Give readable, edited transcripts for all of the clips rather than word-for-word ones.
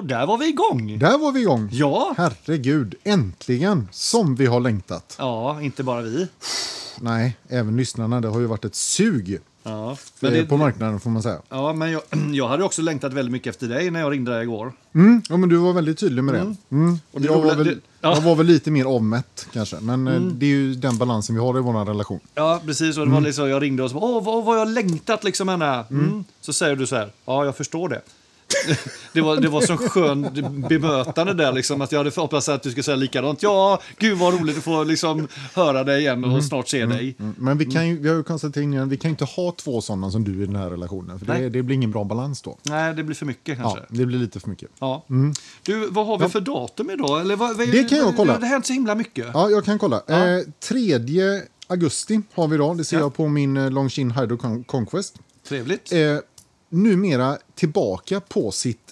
där var vi igång. Där var vi igång. Ja. Herregud, äntligen. Som vi har längtat. Ja, inte bara vi. Nej, även lyssnarna. Det har ju varit ett sug Ja, men på marknaden får man säga. Ja, men jag hade också längtat väldigt mycket efter dig när jag ringde dig igår. Ja, men du var väldigt tydlig med det. Och jag var väl lite mer avmätt kanske. Men det är ju den balansen vi har i vår relation. Ja, precis. Och det var liksom, jag ringde och så vad jag längtat liksom henne. Så säger du så här, ja, jag förstår det. det var så skön bemötande där liksom, att jag hade hoppats att du skulle säga likadant. Ja, gud vad roligt att få liksom höra dig igen och snart se dig. Men vi har ju konstaterat att vi kan inte ha två sådana som du i den här relationen. För det blir ingen bra balans då. Nej, det blir för mycket kanske. Ja, det blir lite för mycket. Ja. Du, vad har vi för datum idag? Eller det kan jag kolla. Det har hänt så himla mycket. Ja, jag kan kolla. 3 augusti har vi idag. Det ser jag på min Longines Hydro Conquest. Trevligt. Numera tillbaka på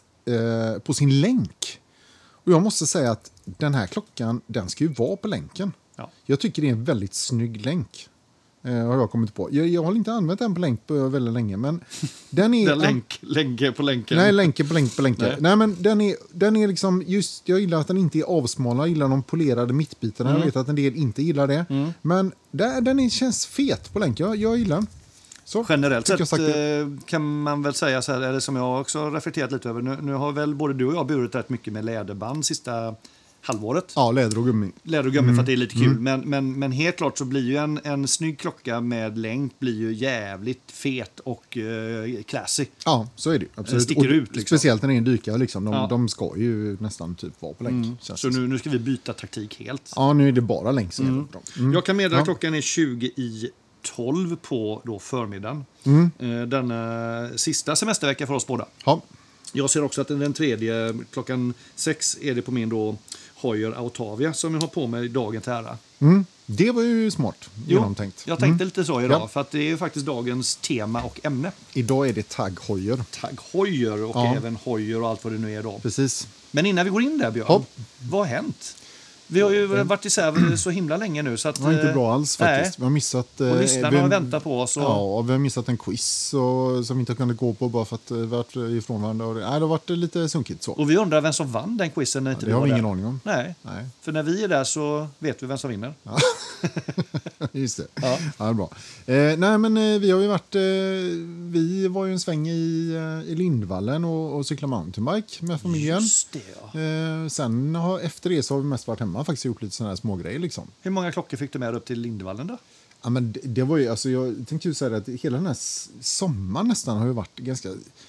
sin länk. Och jag måste säga att den här klockan, den ska ju vara på länken. Ja. Jag tycker det är en väldigt snygg länk. Har jag kommit på. Jag har inte använt den på länk på väldigt länge, men den är... länke på länken. Nej, länke på länken. Nej, men den är liksom just... Jag gillar att den inte är avsmalnad. Jag gillar de polerade mittbitarna. Jag vet att en del inte gillar det. Men den känns fet på länk. Jag gillar den. Så, generellt sett kan man väl säga så här, eller som jag också har reflekterat lite över. Nu har väl både du och jag burit rätt mycket med läderband sista halvåret. Ja, läder och gummi. Läder och gummi för att det är lite kul. Men helt klart så blir ju en snygg klocka med länk blir ju jävligt fet och classy. Ja, så är det. Absolut. Sticker ut liksom. Speciellt när det är en dykare liksom. De ska ju nästan typ vara på länk. Så nu ska vi byta taktik helt. Ja, nu är det bara länk som Jag kan meddela att klockan är 20:12 på då förmiddagen. Denna sista semestervecka för oss båda. Ja. Jag ser också att den tredje, klockan 6 är det på min då Heuer Autavia som jag har på mig dagen till ära. Det var ju smart genomtänkt. Jag tänkte lite så idag, för att det är ju faktiskt dagens tema och ämne. Idag är det Tag Heuer. Tag Heuer och även Heuer och allt vad det nu är idag. Precis. Men innan vi går in där, Björn, vad har hänt? Vi har ju varit isär så himla länge nu. Så att, det var inte bra alls faktiskt. Vi har missat... Och lyssnarna har väntat på oss. Ja, vi har missat en quiz som vi inte kunde gå på bara för att vi varit ifrån varandra. Nej, det har varit lite sunkigt så. Och vi undrar vem som vann den quizen när inte det har vi ingen aning om. Nej, för när vi är där så vet vi vem som vinner. Ja. Just det. Ja, det är bra. Nej, men vi har ju varit... vi var ju en sväng i Lindvallen och cykla mountainbike med familjen. Just det, ja. Sen efter det så har vi mest varit hemma och faktiskt gjort lite sådana här små grejer liksom. Hur många klockor fick du med upp till Lindvallen då? Ja, men det var ju, alltså jag tänkte ju säga att hela den här sommaren nästan har ju varit ganska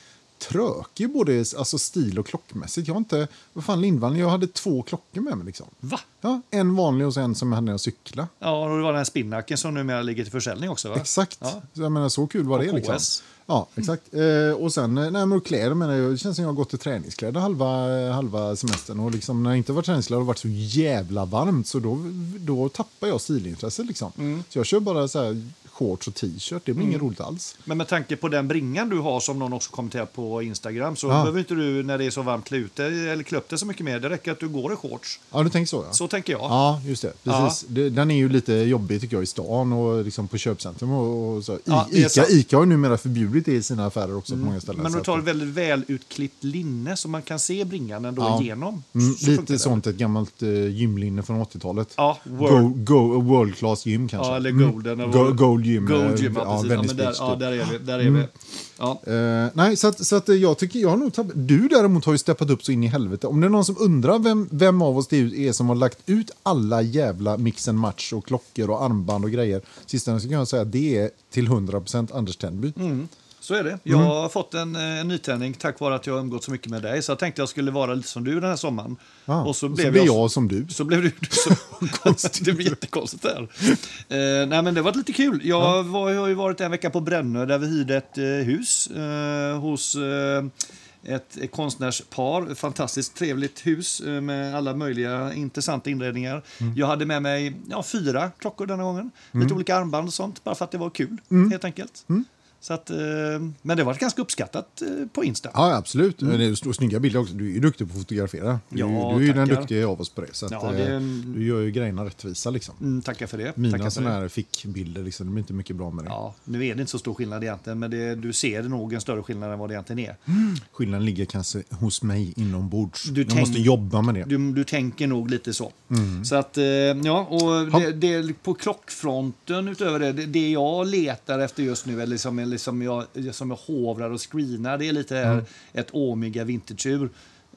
trökig både alltså stil och klockmässigt. Jag har inte, Lindvallen, jag hade 2 klockor med mig liksom. Va? Ja, en vanlig och sen som jag hade när jag cykla. Ja, och det var den här spinnaken som numera ligger till försäljning också, va? Exakt. Ja. Så jag menar, så kul var det liksom. Ja, exakt. Och sen, men kläder menar jag, det känns som jag har gått till träningskläder halva semestern. Och liksom, när jag inte var träningskläder har det varit så jävla varmt. Så då tappar jag stilintresse liksom. Så jag kör bara så här shorts och t-shirt. Det blir inget roligt alls. Men med tanke på den bringan du har som någon också kommenterar på Instagram så behöver inte du när det är så varmt klä upp det så mycket mer. Det räcker att du går i shorts. Ja, du tänker så, ja. Så tänker jag. Ja, just det. Precis. Ja. Den är ju lite jobbig tycker jag i stan och liksom på köpcentrum och så. Ja, Ica har ju numera förbjudit det i sina affärer också på många ställen. Men du tar ett väldigt väl utklippt linne så man kan se bringan ändå igenom. Lite sånt, ett gammalt gymlinne från 80-talet. Ja, World class gym kanske. Ja, eller golden. Gold gym. Gold gym, ja, precis. Där är vi. Ja. Nej, så att jag tycker jag har nog du däremot har ju steppat upp så in i helvete. Om det är någon som undrar vem av oss det är som har lagt ut alla jävla mixen match och klockor och armband och grejer. Sista så kan jag säga att det är till 100% Anders Tenby. Så är det. Jag har fått en nytändning tack vare att jag har umgått så mycket med dig. Så jag tänkte jag skulle vara lite som du den här sommaren. Och så blev jag som du. Så blev du så konstigt. Det blir jättekonstigt där. Nej, men det var lite kul. Jag har ju varit en vecka på Brännö där vi hyrde ett hus hos ett konstnärspar. Fantastiskt trevligt hus med alla möjliga intressanta inredningar. Jag hade med mig 4 klockor denna gången. Lite olika armband och sånt. Bara för att det var kul, helt enkelt. Så att, men det var ganska uppskattat på Insta. Ja, absolut. Det är snygga bilder också. Du är ju duktig på att fotografera. Du är ju den duktiga av oss på det. Så att, du gör ju grejerna rättvisa liksom. Tackar för det. Mina sådana här fickbilder, liksom, de är inte mycket bra med det. Ja, nu är det inte så stor skillnad egentligen, men du ser det nog en större skillnad än vad det egentligen är. Skillnaden ligger kanske hos mig inombords. Jag måste jobba med det. Du tänker nog lite så. Så att, ja, och det på klockfronten utöver det jag letar efter just nu, eller som jag hovrar och screenar, det är lite här ett Omega vintage-ur.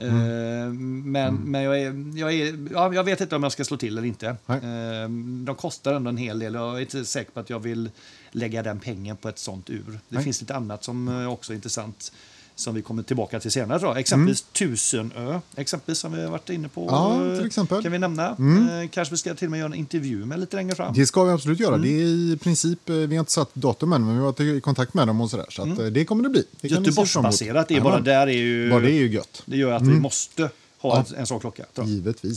Men jag vet inte om jag ska slå till eller inte. De kostar ändå en hel del. Jag är inte säker på att jag vill lägga den pengen på ett sånt ur. Det finns lite annat som också är intressant, som vi kommer tillbaka till senare. Då. Exempelvis Tusenö, exempelvis, som vi har varit inne på. Ja, till exempel. Kan vi nämna. Kanske vi ska till och med göra en intervju med lite längre fram. Det ska vi absolut göra. Det är i princip, vi har inte satt datum än, men vi har varit i kontakt med dem och sådär. Så att, det kommer det bli. Göteborgsbaserat, det är bara där är ju... Bara det är ju gött. Det gör att vi måste ha en sån klocka. Givetvis.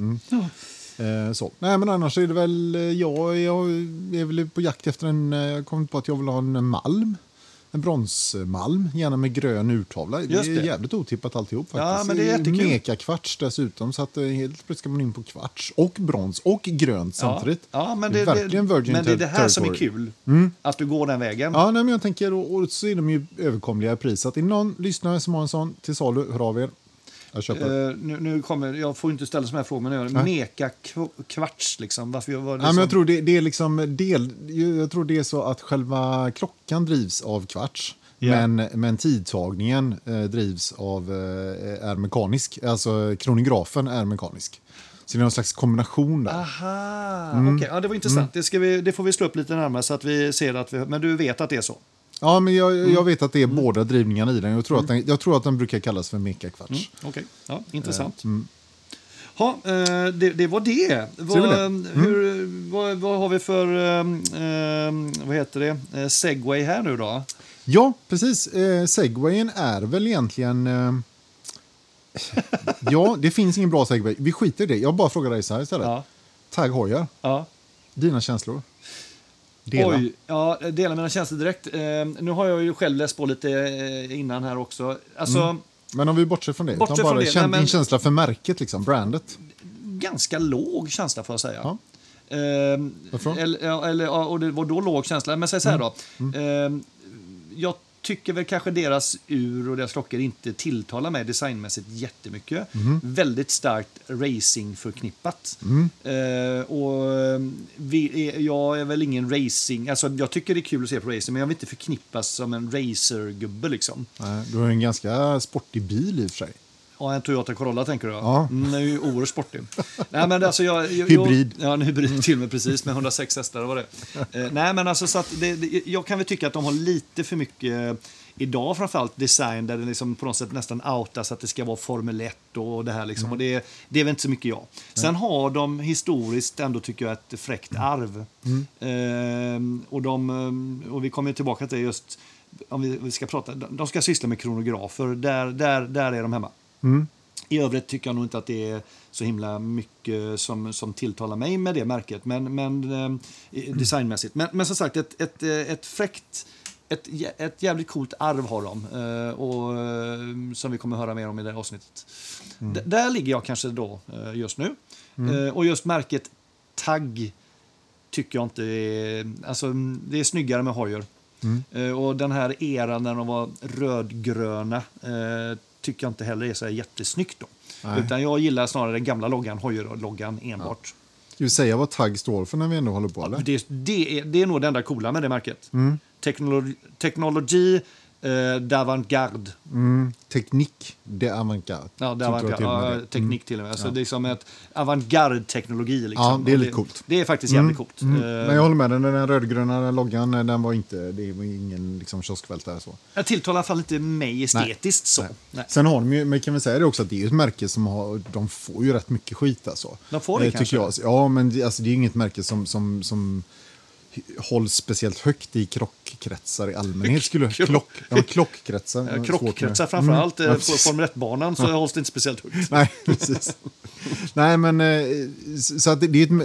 Så. Nej, men annars är det väl, jag är väl på jakt efter jag kommer på att jag vill ha en malm. En bronsmalm, gärna med grön urtavla. Det är jävligt otippat alltihop faktiskt. Ja, men det är jättekul. Mekakvarts dessutom, så att helt plötsligt ska man in på kvarts och brons och grönt samtidigt. Ja, men det är verkligen virgin men det är det här som är kul, att du går den vägen. Ja, nej, men jag tänker, och så är de ju överkomliga pris. Att är någon lyssnare som har en sån till salu, hör av er. Jag köper. Nu kommer, jag får inte ställa såna här frågor, men meka kvarts liksom. Varför var det men jag tror det är liksom jag tror det är så att själva klockan drivs av kvarts. Men tidtagningen drivs av är mekanisk. Alltså kronografen är mekanisk. Så det är någon slags kombination där. Aha, okej. Ja, det var intressant. Det får vi slå upp lite närmare så att vi ser att men du vet att det är så. Ja, men jag vet att det är båda drivningarna i den. Jag tror att den brukar kallas för mekakvarts. Okej, ja, intressant. Ja, det var det. Vad har vi för vad heter det? Segway här nu då? Ja, precis. Segwayen är väl egentligen... ja, det finns ingen bra segway. Vi skiter i det. Jag bara frågar dig så här istället. Ja. Tag Heuer. Ja. Dina känslor? Dela mina känslor direkt. Nu har jag ju själv läst på lite innan här också. Alltså, men om vi bortser från det, din känsla för märket, liksom, brandet. Ganska låg känsla, får jag säga. Ja. Och det var då låg känsla. Men säg så här då. Jag tycker väl kanske deras ur och deras klockor inte tilltalar mig designmässigt jättemycket. Väldigt starkt racing-förknippat. Jag är väl ingen racing... Alltså, jag tycker det är kul att se på racing, men jag vill inte förknippas som en racergubbe liksom. Du har en ganska sportig bil i och för sig. Ja, en Toyota Corolla tänker du? Ja. Den är ju oerhört sportig. Nej, men alltså hybrid. En hybrid till och med, precis, med 106 hästar var det. Nej, men alltså så att jag kan väl tycka att de har lite för mycket idag, framförallt design där det liksom på något sätt nästan outas att det ska vara Formel 1 och det här liksom. Och det är väl inte så mycket jag. Sen har de historiskt ändå, tycker jag, ett fräckt arv. Och vi kommer tillbaka till just, om vi ska prata, de ska syssla med kronografer, där är de hemma. I övrigt tycker jag nog inte att det är så himla mycket som tilltalar mig med det märket, men designmässigt. Men som sagt, ett fräckt, ett jävligt coolt arv har de, och som vi kommer höra mer om i det här avsnittet. Där ligger jag kanske då just nu. Och just märket Tag tycker jag inte är, alltså det är snyggare med Heuer. Och den här eran när de var rödgröna tycker jag inte heller är så jättesnyggt då. Utan jag gillar snarare den gamla loggan, Heuer-loggan enbart. Ja. Ska vi säga vad Tag står för när vi ändå håller på, eller? Det är nog det enda coola med det märket. Technology d'avantgarde. Teknik d'avantgarde. Ja, d'avantgarde. Teknik till och med. Alltså, det är som ett avantgarde-teknologi. Liksom. Ja, det är lite coolt. Det är faktiskt jävligt coolt. Men jag håller med, den rödgröna loggan, det var ingen liksom kioskvältare så. Jag tilltalar i alla fall inte mig estetiskt så. Nej. Sen har de ju, men kan vi säga det också, att det är ett märke som de får ju rätt mycket skit alltså. De får det kanske? Jag. Ja, men det är ju inget märke som hålls speciellt högt i krockkretsar i allmänhet. Klockkretsar. Krockkretsar framförallt. På Formel 1-banan så hålls det inte speciellt högt. Nej, precis. Nej, men så att det är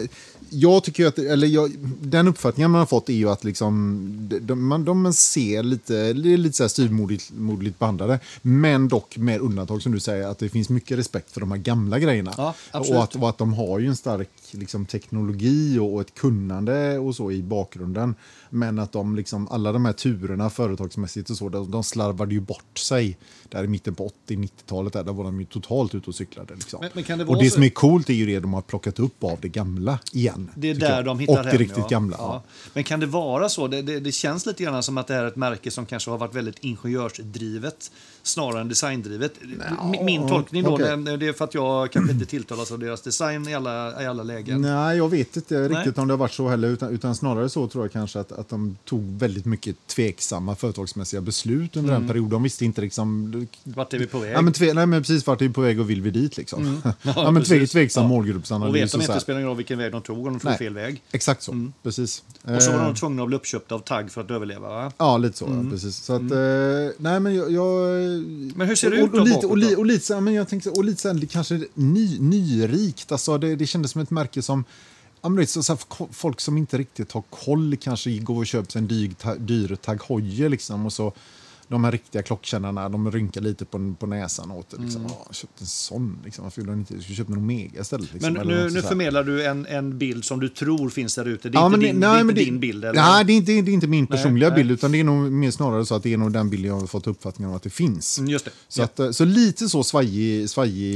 jag tycker att, den uppfattningen man har fått är ju att liksom, de ser lite så här styvmoderligt bandade, men dock med undantag som du säger, att det finns mycket respekt för de här gamla grejerna. Ja, och att de har ju en stark liksom, teknologi och ett kunnande och så i bakgrunden. Men att de liksom, alla de här turerna företagsmässigt och så, de slarvade ju bort sig där i mitten på 80-90-talet. Där var de ju totalt ute och cyklade. Liksom. Men kan det och det som är coolt är ju det de har plockat upp av det gamla igen. Det är där de hittar hem. Och det riktigt gamla. Ja. Men kan det vara så? Det känns lite grann som att det här är ett märke som kanske har varit väldigt ingenjörsdrivet snarare än designdrivet. Min tolkning då, det är för att jag kanske inte tilltalas av deras design i alla lägen. Nej, jag vet inte riktigt om det har varit så heller, utan snarare så tror jag kanske att de tog väldigt mycket tveksamma företagsmässiga beslut under den perioden. De visste inte liksom... Vart är vi på väg? Ja, men precis, vart är vi på väg och vill vi dit liksom. Ja, men tveksam målgruppsanalys. Och vet de inte spelar ingen roll vilken väg de tog om de tog fel väg. Exakt så, precis. Och så var de tvungna att bli uppköpta av Tag för att överleva, va? Ja, lite så, ja, precis. Så att, nej men Men hur ser det ut då? Och lite så, men jag tänkte, och lite så här, kanske nyrikt, alltså det kändes som ett märke som, ja, men så här, folk som inte riktigt har koll kanske går och köper sig en dyr Tag Heuer liksom, och så de här riktiga klockkännarna, de rynkar lite på näsan åt det. Liksom. Jag köpte en sån. Liksom. Varför vill jag inte? Jag skulle köpa en Omega istället. Liksom. Men nu förmedlar du en bild som du tror finns där ute. Det är inte din bild? Eller? Nej, det är inte min personliga bild, utan det är nog mer snarare så att det är nog den bild jag har fått uppfattningen om att det finns. Just det. Så lite så svajig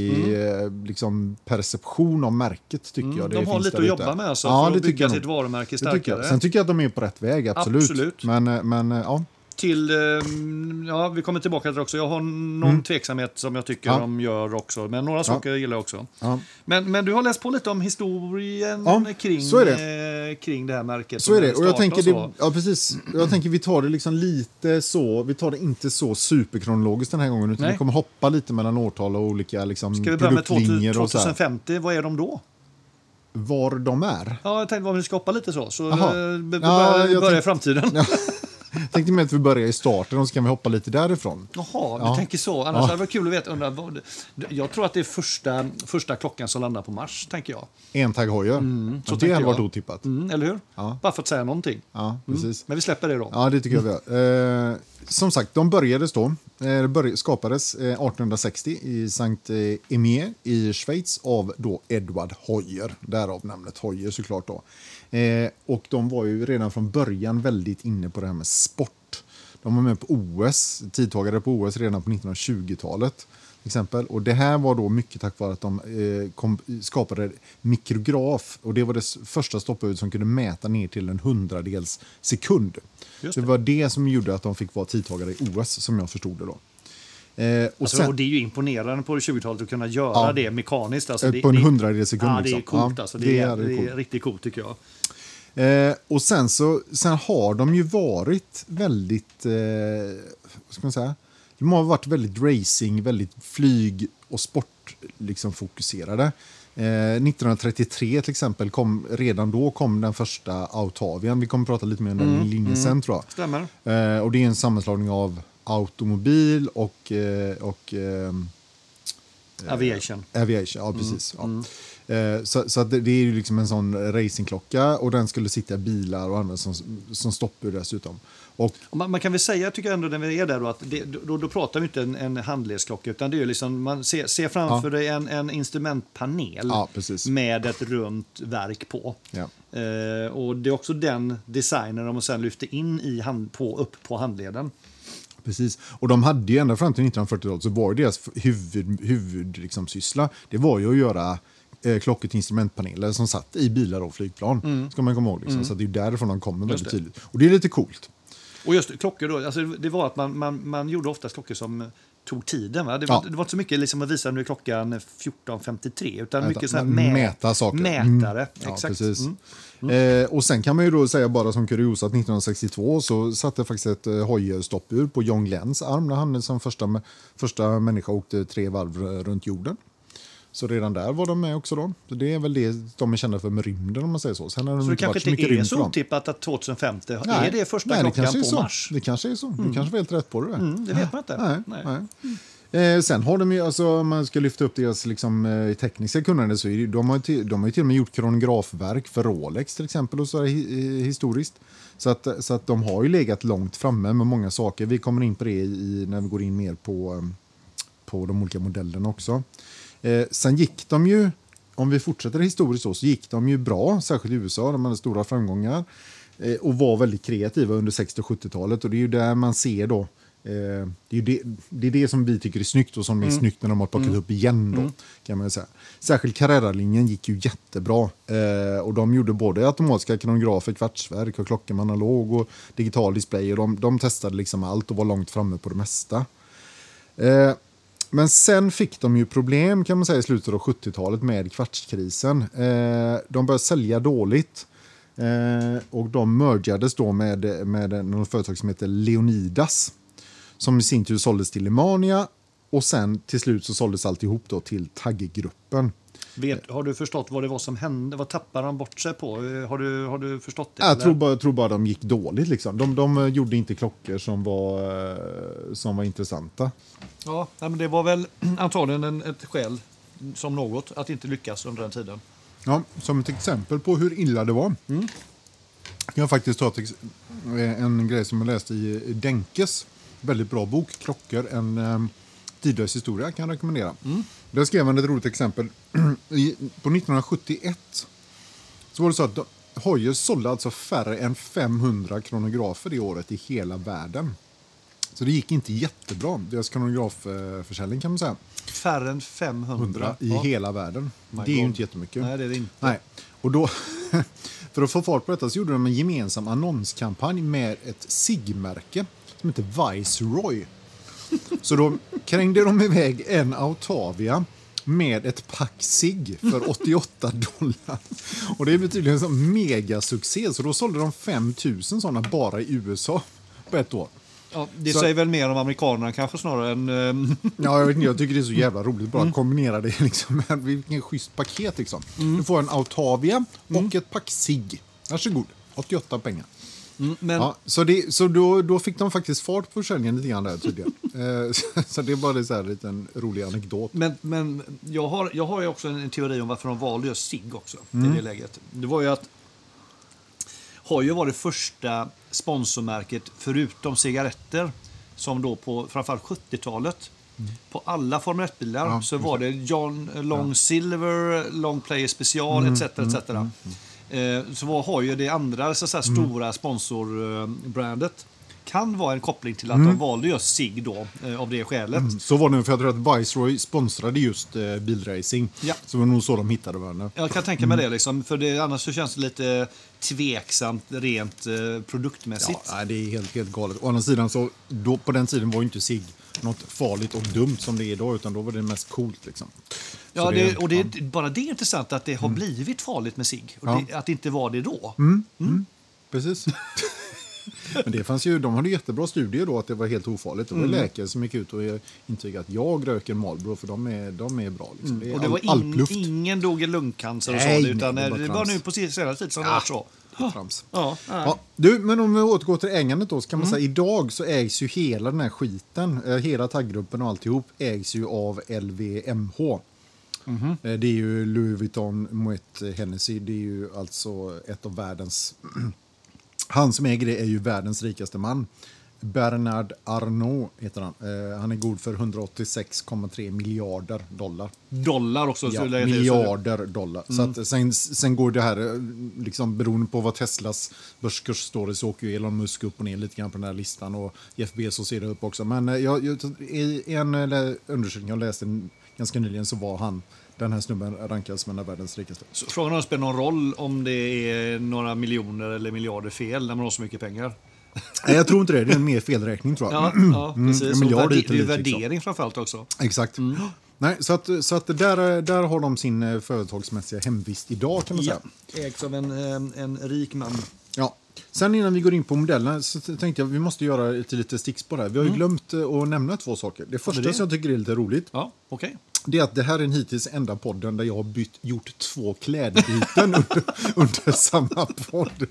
liksom perception av märket tycker jag. De har lite att jobba med alltså, för att bygga sitt varumärke starkare. Sen tycker jag att de är på rätt väg, absolut. Men ja. Vi kommer tillbaka till det också. Jag har någon tveksamhet som jag tycker de gör också. Men några saker gillar jag också. Ja. Men du har läst på lite om historien kring det här märket. Så är det. Och jag tänker, precis. Jag tänker vi tar det liksom lite så. Vi tar det inte så superkronologiskt den här gången. Utan vi kommer hoppa lite mellan årtal och olika liksom, ska vi börja med 2050? Vad är de då? Var de är? Ja, jag tänkte att vi ska hoppa lite så. Så börja i framtiden. Ja. Jag tänkte med att vi börjar i starten och så kan vi hoppa lite därifrån. Jaha, du tänker så. Annars hade det varit kul att veta. Jag tror att det är första klockan som landar på Mars, tänker jag. En Tag Heuer. Så det hade varit otippat. Eller hur? Ja. Bara för att säga någonting. Ja, precis. Men vi släpper det då. Ja, det tycker jag vi gör. Som sagt, de skapades 1860 i Saint-Émier i Schweiz av då Edward Heuer. Därav namnet Heuer såklart då. Och de var ju redan från början väldigt inne på det här med sport. De var med på OS, tidtagare på OS redan på 1920-talet till exempel. Och det här var då mycket tack vare att de skapade mikrograf. Och det var det första stopphuvudet som kunde mäta ner till en 100-dels sekund. Det var det som gjorde att de fick vara tidtagare i OS, som jag förstod det då. Och det är ju imponerande på 20-talet att kunna göra det mekaniskt. Alltså på en 100-dels sekund. Ja, det är coolt. Alltså. Det är riktigt coolt tycker jag. Och sen har de ju varit väldigt, vad ska man säga? De har varit väldigt racing, väldigt flyg och sport liksom fokuserade. 1933 till exempel redan då kom den första Autavian. Vi kommer prata lite mer om den linjen sen tror jag. Stämmer. Och det är en sammanslagning av automobil och Aviation, ja precis. Så att det är ju liksom en sån racingklocka och den skulle sitta i bilar och användas som stoppur dessutom. Och man kan väl säga, tycker jag ändå när vi är där då, att då pratar vi inte en handledsklocka utan det är ju liksom, man ser framför dig en instrumentpanel med ett runt verk på. Ja. Och det är också den designen de sen lyfter in upp på handleden. Precis. Och de hade ju ända fram till 1940-talet så var deras huvud liksom, syssla. Det var ju att göra klockor till instrumentpaneler som satt i bilar och flygplan. Ska man komma ihåg. Liksom. Så det är därifrån de kommer väldigt tydligt. Och det är lite coolt. Och just klockor då, alltså det var att man gjorde oftast klockor som tog tiden. Va? Det var inte så mycket liksom att visa nu klockan 14.53 utan mycket så här mäta saker. Mätare. Ja, precis. Och sen kan man ju då säga bara som kuriosa att 1962 så satte faktiskt ett Heuer-stoppur på John Glenns arm när han som första människa åkte 3 varv runt jorden. Så redan där var de med också då. Så det är väl det de är kända för med rymden om man säger så. Sen har de så det kanske inte är så otippat att 2050 är det första klockan på Mars? Det kanske är så. Du kanske var helt rätt på det. Det vet man inte. Nej. Sen har de ju, alltså, om man ska lyfta upp deras liksom, tekniska kunnande, så är det, de har ju till och med gjort kronografverk för Rolex till exempel, och så är historiskt. Så att de har ju legat långt framme med många saker. Vi kommer in på det när vi går in mer på de olika modellerna också. Sen gick de ju, om vi fortsätter historiskt så gick de ju bra, särskilt i USA, de hade stora framgångar och var väldigt kreativa under 60- och 70-talet, och det är ju där man ser då, det är det som vi tycker är snyggt och som är snyggt när de har plockat upp igen då, kan man säga. Särskilt Carrera-linjen gick ju jättebra, och de gjorde både automatiska kronografer, kvartsverk och klockor med analog och digital display, och de testade liksom allt och var långt framme på det mesta. Men sen fick de ju problem, kan man säga, i slutet av 70-talet med kvartskrisen. De började sälja dåligt, och de mergades då med något företag som heter Leonidas, som i sin tur såldes till Lemania, och sen till slut så såldes alltihop då till Tagg-gruppen. Har du förstått vad det var som hände? Vad tappade de bort sig på? Har du förstått det? Jag tror bara de gick dåligt. Liksom. De gjorde inte klockor som var intressanta. Ja, men det var väl antagligen ett skäl som något att inte lyckas under den tiden. Ja, som ett exempel på hur illa det var. Jag kan faktiskt ta en grej som jag läste i Denkes väldigt bra bok, Klockor, en tidlös historia, kan jag rekommendera. Där skrev han ett roligt exempel. På 1971 så var det så att Heuer sålde alltså färre än 500 kronografer det året i hela världen. Så det gick inte jättebra, deras kronografförsäljning, kan man säga. Färre än 500 i hela världen. Det är ju inte jättemycket. Nej, det är det inte. Nej. Och då, för att få fart på detta, så gjorde de en gemensam annonskampanj med ett SIG-märke som heter Viceroy. Så då krängde de iväg en Autavia med ett pack SIG för $88. Och det betyder en sån megasuccé. Så då sålde de 5000 sådana bara i USA på ett år. Ja, det säger väl mer om amerikanerna kanske snarare än... Ja, jag vet inte, jag tycker det är så jävla roligt. Bara kombinera det liksom med vilken schysst paket liksom. Du får en Autavia och ett pack SIG. Varsågod, 88 pengar. Men... Ja, så då fick de faktiskt fart på försäljningen lite grann där tydligen. Så det är bara så här en liten rolig anekdot. Men jag har ju också en teori om varför de valde just SIG också i det läget. Det var ju att har ju varit första sponsormärket förutom cigaretter som då på framförallt 70-talet på alla Formel 1-bilar så var det John Long Silver, Long Player Special etc. Så har ju det andra så här, stora sponsorbrandet kan vara en koppling till att de valde just SIG då av det skälet. Så var det, för jag tror att Viceroy sponsrade just bilracing. Ja. Så var det nog så de hittade varandra. Jag kan tänka mig det liksom, för annars så känns det lite tveksamt rent produktmässigt. Ja, det är helt galet. Å andra sidan så då, på den tiden var ju inte SIG något farligt och dumt som det är idag, utan då var det mest coolt liksom. Ja, bara det är intressant att det har blivit farligt med SIG och att det inte var det då. Precis. Men det fanns ju, de hade jättebra studier då att det var helt ofarligt. Det var läkare som gick ut och intygade att jag röker Marlboro, för de är bra. Liksom. Det är och det var ingen dog i lungcancer och så, utan det var nu på senare tid som det var så. Trams. Ja. Du, men om vi återgår till ägandet då, så kan man säga idag så ägs ju hela den här skiten, hela taggruppen och alltihop ägs ju av LVMH. Det är ju Louis Vuitton Moet Hennessy, det är ju alltså ett av världens han som äger det är ju världens rikaste man. Bernard Arnault heter han. Han är god för 186,3 miljarder dollar. Dollar också? Ja, miljarder dollar. Så att sen går det här, liksom, beroende på vad Teslas börskurs står, så åker ju Elon Musk upp och ner lite grann på den här listan, och Jeff Bezos ser det upp också. Men i en undersökning jag läste ganska nyligen så var den här snubben rankas som en av världens rikaste. Så frågan om det spelar någon roll om det är några miljoner eller miljarder fel när man har så mycket pengar? Nej, jag tror inte det. Det är en mer felräkning, tror jag. Ja, precis. Det är ju värdering liksom. Framförallt också. Exakt. Nej, så att där har de sin företagsmässiga hemvist idag, kan man säga. Ägs av en rik man. Ja. Sen innan vi går in på modellerna så tänkte jag att vi måste göra lite stickspår här. Vi har ju glömt att nämna två saker. Det första som jag tycker är lite roligt. Ja, okej. det är att det här är den hittills enda podden där jag har gjort 2 klädbyten under samma podd.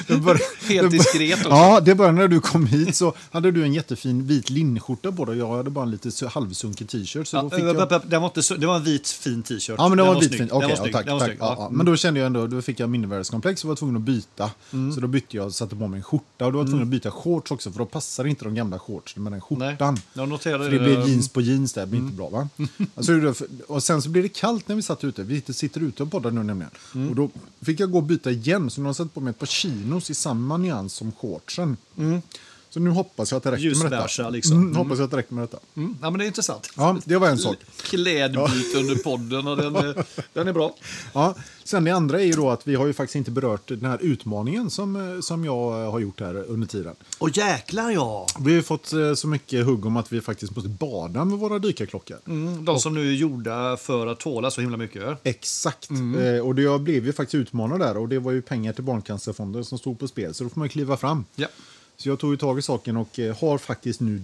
Helt diskret också. Ja, det började när du kom hit så hade du en jättefin vit linnskjorta på dig. Jag hade bara en lite halvsunkig t-shirt. Så då fick det var en vit fin t-shirt. Ja, men det var en vit fin. Okej, tack. Ja. Men då kände jag ändå, då fick jag mindervärdeskomplex och var tvungen att byta. Så då bytte jag och satte på mig en skjorta. Och då var jag tvungen att byta shorts också, för då passar inte de gamla shortsen med den skjortan. Nej, jag noterade för det blev jeans på jeans där, det blir inte bra va? Alltså, och sen så blev det kallt när vi satt ute. Vi sitter ute och poddar nu nämligen. Och då fick jag gå och byta igen. Så nu har jag satt på mig ett par chinos i samma nyans som shortsen. Så nu hoppas jag att det räcker med detta. Liksom. Hoppas jag att det räcker med detta. Ja, men det är intressant. Ja, det var en sak. Klädbyte under podden och den är bra. Ja, sen det andra är ju då att vi har ju faktiskt inte berört den här utmaningen som jag har gjort här under tiden. Och jäklar ja! Vi har ju fått så mycket hugg om att vi faktiskt måste bada med våra dykarklockor. De som nu är gjorda för att tåla så himla mycket. Exakt. Och jag blev ju faktiskt utmanad där och det var ju pengar till Barncancerfonden som stod på spel. Så då får man kliva fram. Ja. Så jag tog ju tag i saken och har faktiskt nu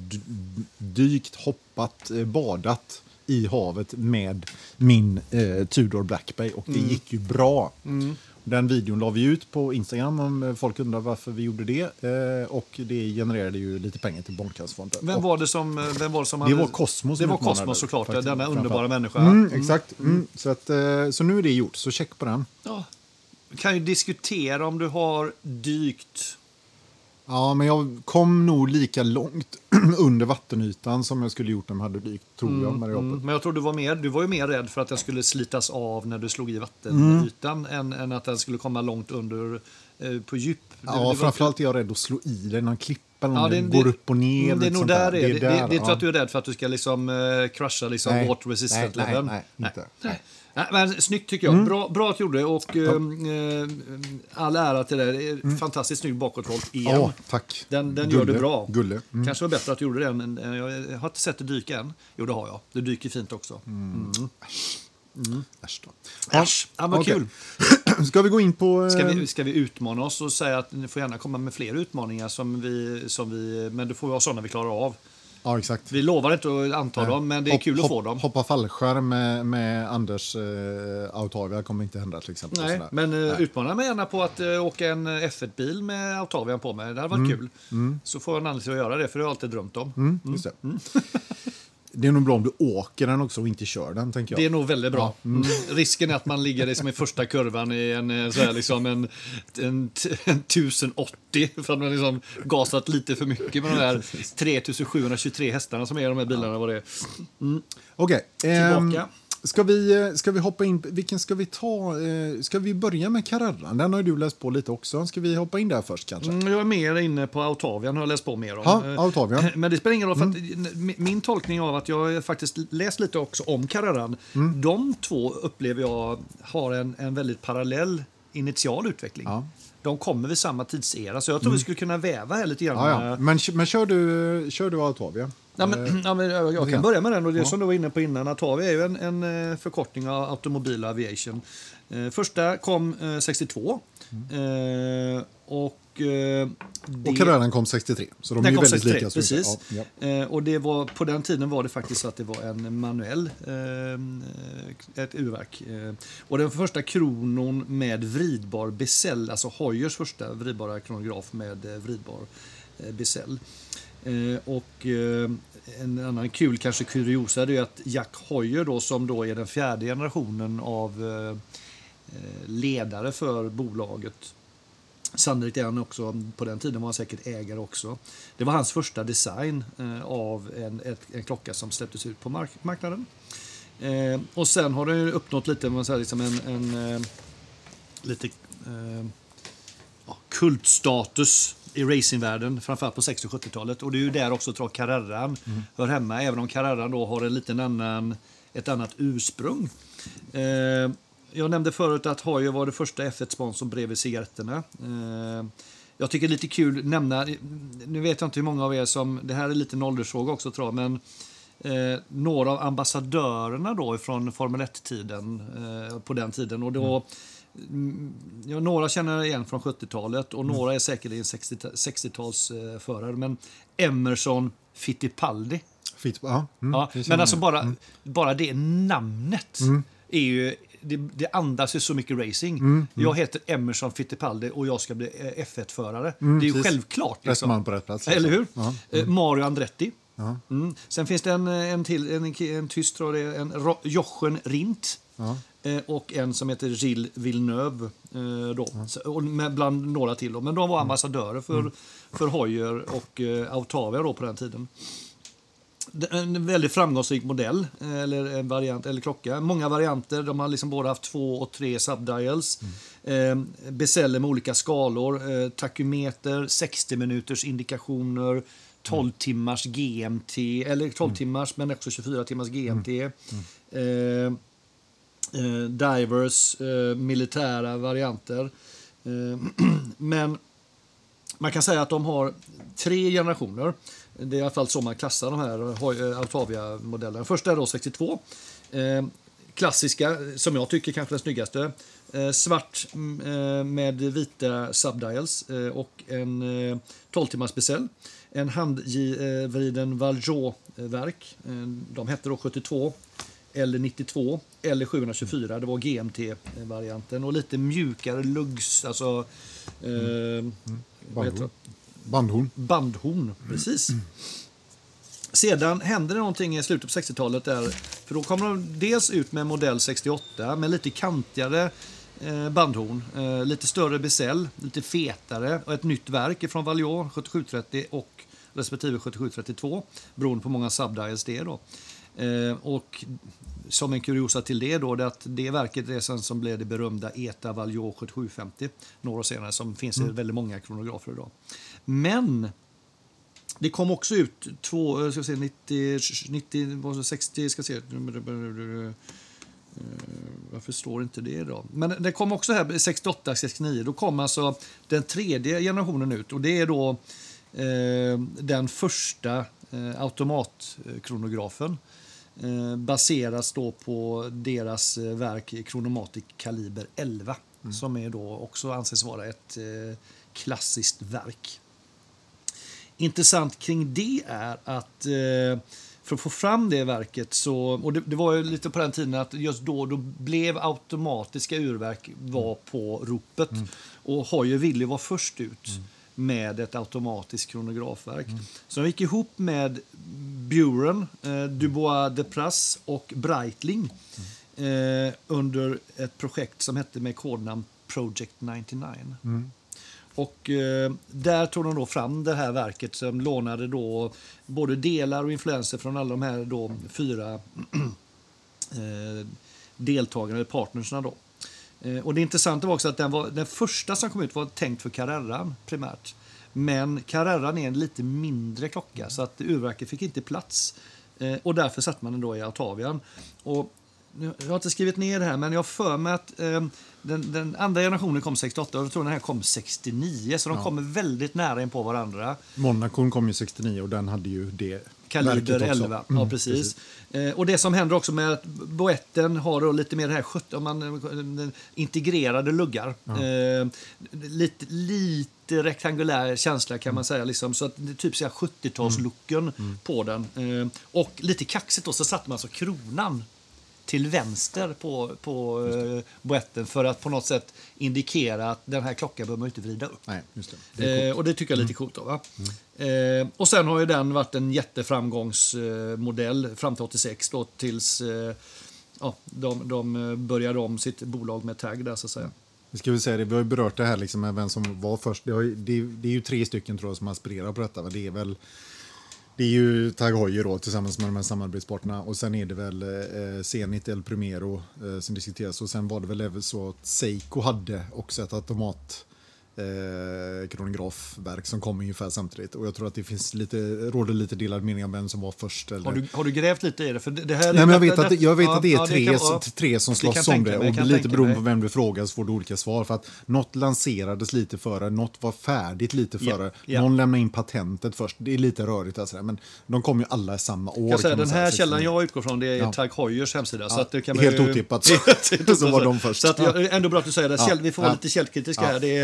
dykt, hoppat, badat i havet med min Tudor Black Bay och det gick ju bra. Den videon la vi ut på Instagram om folk undrar varför vi gjorde det och det genererade ju lite pengar till Barncancerfonden. Vem var det som det var Cosmos. Det var Cosmos såklart, faktiskt, denna underbara människa. Exakt. Så nu är det gjort, så check på den. Ja. Vi kan ju diskutera om du har dykt. Ja, men jag kom nog lika långt under vattenytan som jag skulle gjort om jag hade dykt, tror jag, med det jobbet. Men jag tror du var ju mer rädd för att den skulle slitas av när du slog i vattenytan än att den skulle komma långt under på djup. Framförallt är jag rädd att slå i den någon klippa eller den går upp och ner. Det är nog där det är. Det är att du är rädd för att du ska liksom crusha liksom water resistant leveln. Nej, inte. Nej. Nej, men snyggt tycker jag. Bra att du gjorde det och all ära till det. Fantastiskt snygg bakåtroll igen. Tack. Den gör det bra. Gulle. Kanske var bättre att du gjorde det än jag har inte sett det dyka än. Jo, det har jag. Det dyker fint också. Äsch då. Äsch. Ja, vad kul. Ska vi gå in på... Ska vi utmana oss och säga att ni får gärna komma med fler utmaningar som vi men det får vara sådana vi klarar av. Ja, exakt. Vi lovar inte att anta dem, men det är kul att få dem. Hoppa fallskärm med Anders Autavia kommer inte hända till exempel. Nej, men utmana mig gärna på att åka en F1-bil med Autavian på mig. Det hade varit kul. Så får jag en anledning att göra det, för det har jag alltid drömt om. Just det. Det är nog bra om du åker den också och inte kör den, tänker jag. Det är nog väldigt bra. Risken är att man ligger liksom i första kurvan i en 1080 för att man liksom gasat lite för mycket med de där 3723 hästarna som är de här bilarna. Vad det är. Okej. Tillbaka. Ska vi hoppa in? Vilken ska vi ta? Ska vi börja med Carrarran? Den har du läst på lite också. Ska vi hoppa in där först kanske? Jag är mer inne på Autavian, har jag läst på mer om. Ja, Autavian. Men det spelar ingen roll, för att min tolkning av att jag faktiskt läst lite också om Carrarran. De två upplever jag har en väldigt parallell initial utveckling. Ja. De kommer vid samma tidsera, så jag tror vi skulle kunna väva här lite grann. Ja. Men kör du Autavia? Jag kan börja med den, och det som du var inne på innan. Autavia är ju en förkortning av Automobil Aviation. Första kom 62. Och Carrarran kom 63. Så de är ju väldigt 63, lika. Precis. Ja. Och det var, på den tiden var det faktiskt så att det var en manuell ett urverk. Och den första kronon med vridbar bezel, alltså Hoyers första vridbara kronograf med vridbar bezel. Och en annan kul kanske kuriosa är att Jack Heuer då, som då är den fjärde generationen av ledare för bolaget. Sannolikt är han också, på den tiden var han säkert ägare också. Det var hans första design av en klocka som släpptes ut på marknaden. Och sen har den uppnått lite, man säger, liksom kultstatus i racingvärlden, framförallt på 60- och 70-talet. Och det är ju där också, tror jag, Carrarran hör hemma, även om Carrarran då har ett annat ursprung. Jag nämnde förut att Heuer var det första F1-sponsor bredvid cigaretterna. Jag tycker det är lite kul att nämna, nu vet jag inte hur många av er som, det här är lite en åldersfråga också tror jag, men några av ambassadörerna då från Formel 1-tiden på den tiden, och då några känner igen från 70-talet och några är säkert 60-talsförare, men Emerson Fittipaldi. Men alltså bara det namnet är ju... Det andas ju så mycket racing. Jag heter Emerson Fittipaldi och jag ska bli F1-förare. Det är ju självklart. Liksom. Man på rätt plats. Eller hur? Mario Andretti. Sen finns det en tysk, tror jag, en Jochen Rindt. Och en som heter Gilles Villeneuve och bland några till då. Men de var ambassadörer för Heuer och Autavia då på den tiden. En väldigt framgångsrik modell eller en variant eller klocka. Många varianter. De har liksom både haft 2 och 3 subdials. Beställer med olika skalor. Takymeter, 60 minuters indikationer, 12 timmars GMT eller 12 timmars men också 24 timmars GMT. Divers, militära varianter. Men man kan säga att de har 3 generationer. Det är i alla fall så man klassar de här Autavia-modellerna. Första är då 62. Klassiska, som jag tycker kanske den snyggaste. Svart med vita subdials och en 12-timmars beställ. En handvriden Valjoux-verk. De hette då 72 eller 92 eller 724. Det var GMT-varianten. Och lite mjukare lugs, alltså... Bandhorn, precis. Sedan hände det någonting i slutet på 60-talet där, för då kom de dels ut med modell 68 med lite kantigare bandhorn, lite större beställ, lite fetare och ett nytt verk från Valjoux 7730 och respektive 7732 beroende på många subdials det då. Och som en kuriosa till det då, det att det verket är sen som blev det berömda ETA Valjoux 7750 några år senare, som finns i väldigt många kronografer idag. Men det kom också ut 60 ska se. Varför står inte det då? Men det kom också här 68 69. Då kom alltså den tredje generationen ut och det är då den första automatkronografen. Baseras då på deras verk Chronomatic Kaliber 11 som är då också anses vara ett klassiskt verk. Intressant kring det är att för att få fram det verket så, och det var ju lite på den tiden att just då blev automatiska urverk var på ropet och Heuer ville vara först ut med ett automatiskt kronografverk. Så de gick ihop med Buren, Dubois de Pras och Breitling under ett projekt som hette med kodnamn Project 99. Och där tog de då fram det här verket som lånade då både delar och influenser från alla de här då 4 deltagarna, partnersna då. Och det intressanta var också att den första som kom ut var tänkt för Carreran primärt. Men Carreran är en lite mindre klocka så att urverket fick inte plats. Och därför satte man den då i Autavian. Och jag har inte skrivit ner det här, men jag för mig att den andra generationen kom 68 och jag tror den här kom 69. Så de kommer väldigt nära in på varandra. Monaco kom ju 69 och den hade ju det Kaliber 11, ja precis. Och det som händer också med att Boetten har då lite mer det här integrerade luggar. Lite rektangulär känsla kan man säga liksom, så att det typ så här 70-talslooken på den. Och lite kaxigt då så satte man så kronan till vänster på boetten för att på något sätt indikera att den här klockan behöver man inte vrida upp. Nej, just det. Och det tycker jag är lite coolt då, va? Och sen har ju den varit en jätteframgångsmodell fram till 86 då, tills de började om sitt bolag med tag där så att säga. Vi ska väl säga det, vi har ju berört det här liksom med vem som var först. Det är ju 3 stycken tror jag som aspirerar på detta. Det är ju Tag Heuer då, tillsammans med de här samarbetspartnerna. Och sen är det väl Zenit El Primero som diskuteras. Och sen var det väl även så att Seiko hade också ett kronografverk som kom ungefär samtidigt. Och jag tror att det finns råder lite delad mening om vem som var först. Eller... Har du grävt lite i det? För det här Nej, men jag vet att det är tre som slåss om det. Och lite beroende på vem du frågar så får du olika svar. För att något lanserades lite före, något var färdigt lite före. Någon lämnade in patentet först. Det är lite rörigt. Alltså, men de kom ju alla i samma år. Den här källan jag utgår från det är Tag Heuers hemsida. Så att det kan helt otippat så var de först. Så att ändå bra att du säger det. Vi får vara lite källkritiska här.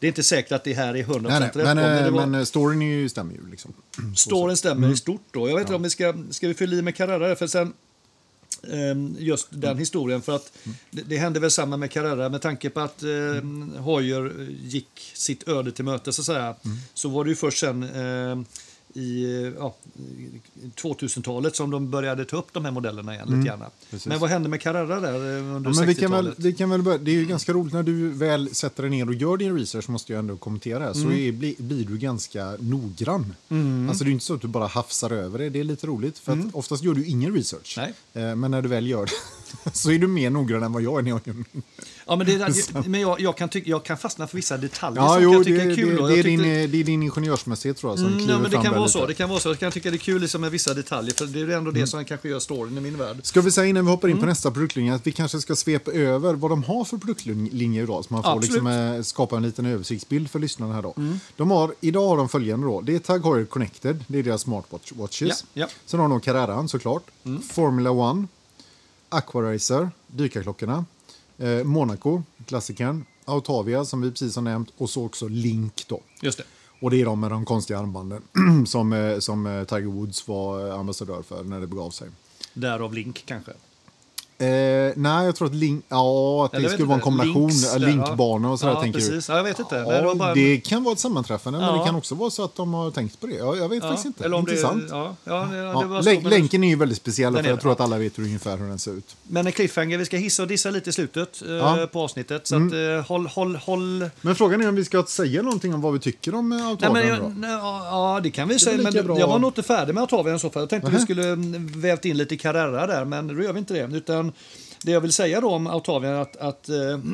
Det är inte säkert att det här är 100% rätt. Men storyn stämmer ju liksom. Storyn stämmer i stort då. Jag vet inte om vi ska vi fylla i med Carrera för sen just den historien, för att det hände väl samma med Carrera med tanke på att Heuer gick sitt öde till möte så att säga. Så var det ju först sen i 2000-talet som de började ta upp de här modellerna igen lite gärna. Men vad hände med Carrera där under 60-talet? Vi kan väl börja. Det är ju ganska roligt när du väl sätter dig ner och gör din research, måste jag ändå kommentera. Så blir du ganska noggrann. Alltså det är inte så att du bara hafsar över det. Det är lite roligt för att oftast gör du ingen research. Men när du väl gör det så är du mer noggrann än vad jag är när jag gör. Ja, men jag kan fastna för vissa detaljer som jag tycker är kul. Det är din ingenjörsmässighet tror jag som kliver men fram det kan vara lite. så. Det kan vara så. Jag kan tycka det är kul liksom, med vissa detaljer, för det är ändå det som kanske gör storyn i min värld. Ska vi säga innan vi hoppar in på nästa produktlinje att vi kanske ska svepa över vad de har för produktlinjer idag, så man får liksom, skapa en liten översiktsbild för lyssnarna här då. Idag har de följande då. Det är Tag Heuer Connected, det är deras smartwatches. Sen har de Carreran såklart, Formula 1, Aquaracer, dykarklockorna, Monaco, klassikern, Autavia som vi precis har nämnt, och så också Link då. Just det. Och det är de med de konstiga armbanden som Tiger Woods var ambassadör för när det begav sig. Därav Link kanske? Nej, jag tror att Link, att det skulle vara en kombination, Linkbanor och sådär, tänker precis. du. Jag vet inte. Det kan vara ett sammanträffande, men det kan också vara så att de har tänkt på det. Jag vet faktiskt inte. Eller om intressant. Länken är ju väldigt speciell, för jag tror att alla vet ungefär hur den ser ut. Men en cliffhanger, vi ska hissa och dissa lite i slutet på avsnittet. Så att, håll... Men frågan är om vi ska säga någonting om vad vi tycker om Autavian då? Ja, det kan vi säga. Men jag var nog inte färdig med Autavian så fall. Jag tänkte vi skulle vävt in lite Carrera där, men då gör vi inte det. Utan det jag vill säga då om Autavian att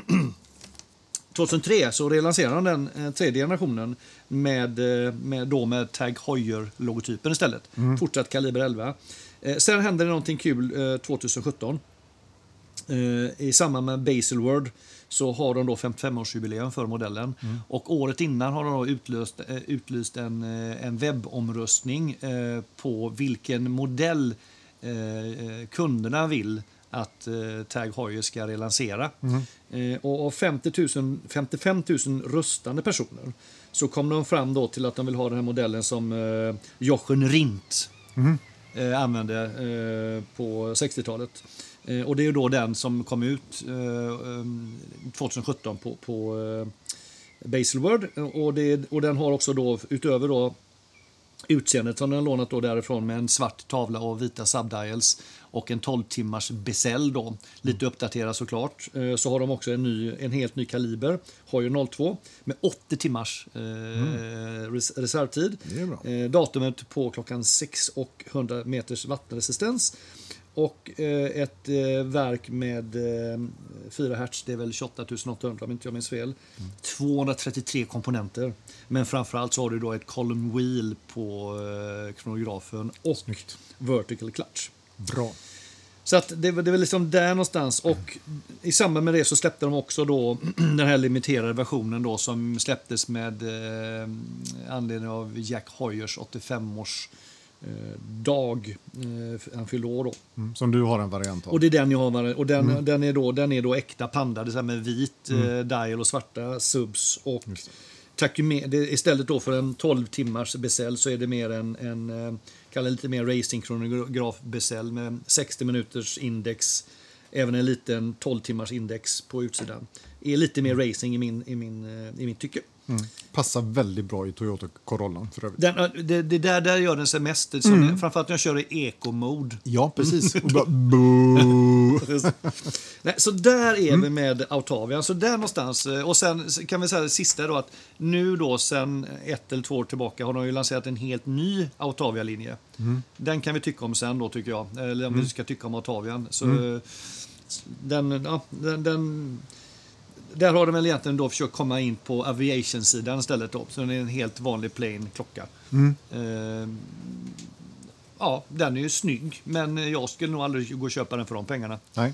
2003 så relanserade den tredje generationen med Tag Heuer-logotypen istället. Fortsatt kaliber 11. Sen hände det någonting kul 2017. I samband med Baselworld så har de då 55-årsjubileum för modellen. Och året innan har de då utlyst en webbomröstning på vilken modell kunderna vill att Tag Heuer ska relansera. Och av 55 000 röstande personer så kom de fram då till att de vill ha den här modellen som Jochen Rindt använde på 60-talet. Och det är ju då den som kom ut 2017 på Baselworld. Och den har också då utöver då utseendet som den har lånat då därifrån med en svart tavla och vita subdials och en 12-timmars bezel då, lite uppdaterad såklart, så har de också en helt ny kaliber, Heuer 02 med 80 timmars reservtid. Datumet på klockan 6 och 100 meters vattenresistens och ett verk med 4 hertz, det är väl 28 800 om inte jag minns fel. 233 komponenter. Men framförallt så har du då ett column wheel på kronografen och vertical clutch. Bra. Så att det var liksom där någonstans. Och i samband med det så släppte de också då den här limiterade versionen då som släpptes med anledning av Jack Heuers 85-års dag, han fyllde år då. Som du har en variant av. Och det är den jag har, och den är då äkta panda, det är med vit dial och svarta subs och istället då för en 12 timmars bezel så är det mer en kallar lite mer racing kronograf bezel med 60 minuters index, även en liten 12 timmars index på utsidan. Är lite mer racing i min tycke. Passar väldigt bra i Toyota Corollan för övrigt. Det där gör den sig mest. Framförallt när jag kör i eco-mode. Ja, precis. Nej, så där är vi med Autavian. Så där någonstans. Och sen kan vi säga det sista då att nu då sen 1 eller 2 år tillbaka har de ju lanserat en helt ny Autavia-linje. Den kan vi tycka om sen då tycker jag. Eller om vi ska tycka om Autavian. Så där har de väl egentligen då försökt komma in på aviation-sidan istället då. Så det är en helt vanlig plain klocka. Den är ju snygg, men jag skulle nog aldrig gå och köpa den för de pengarna. Nej.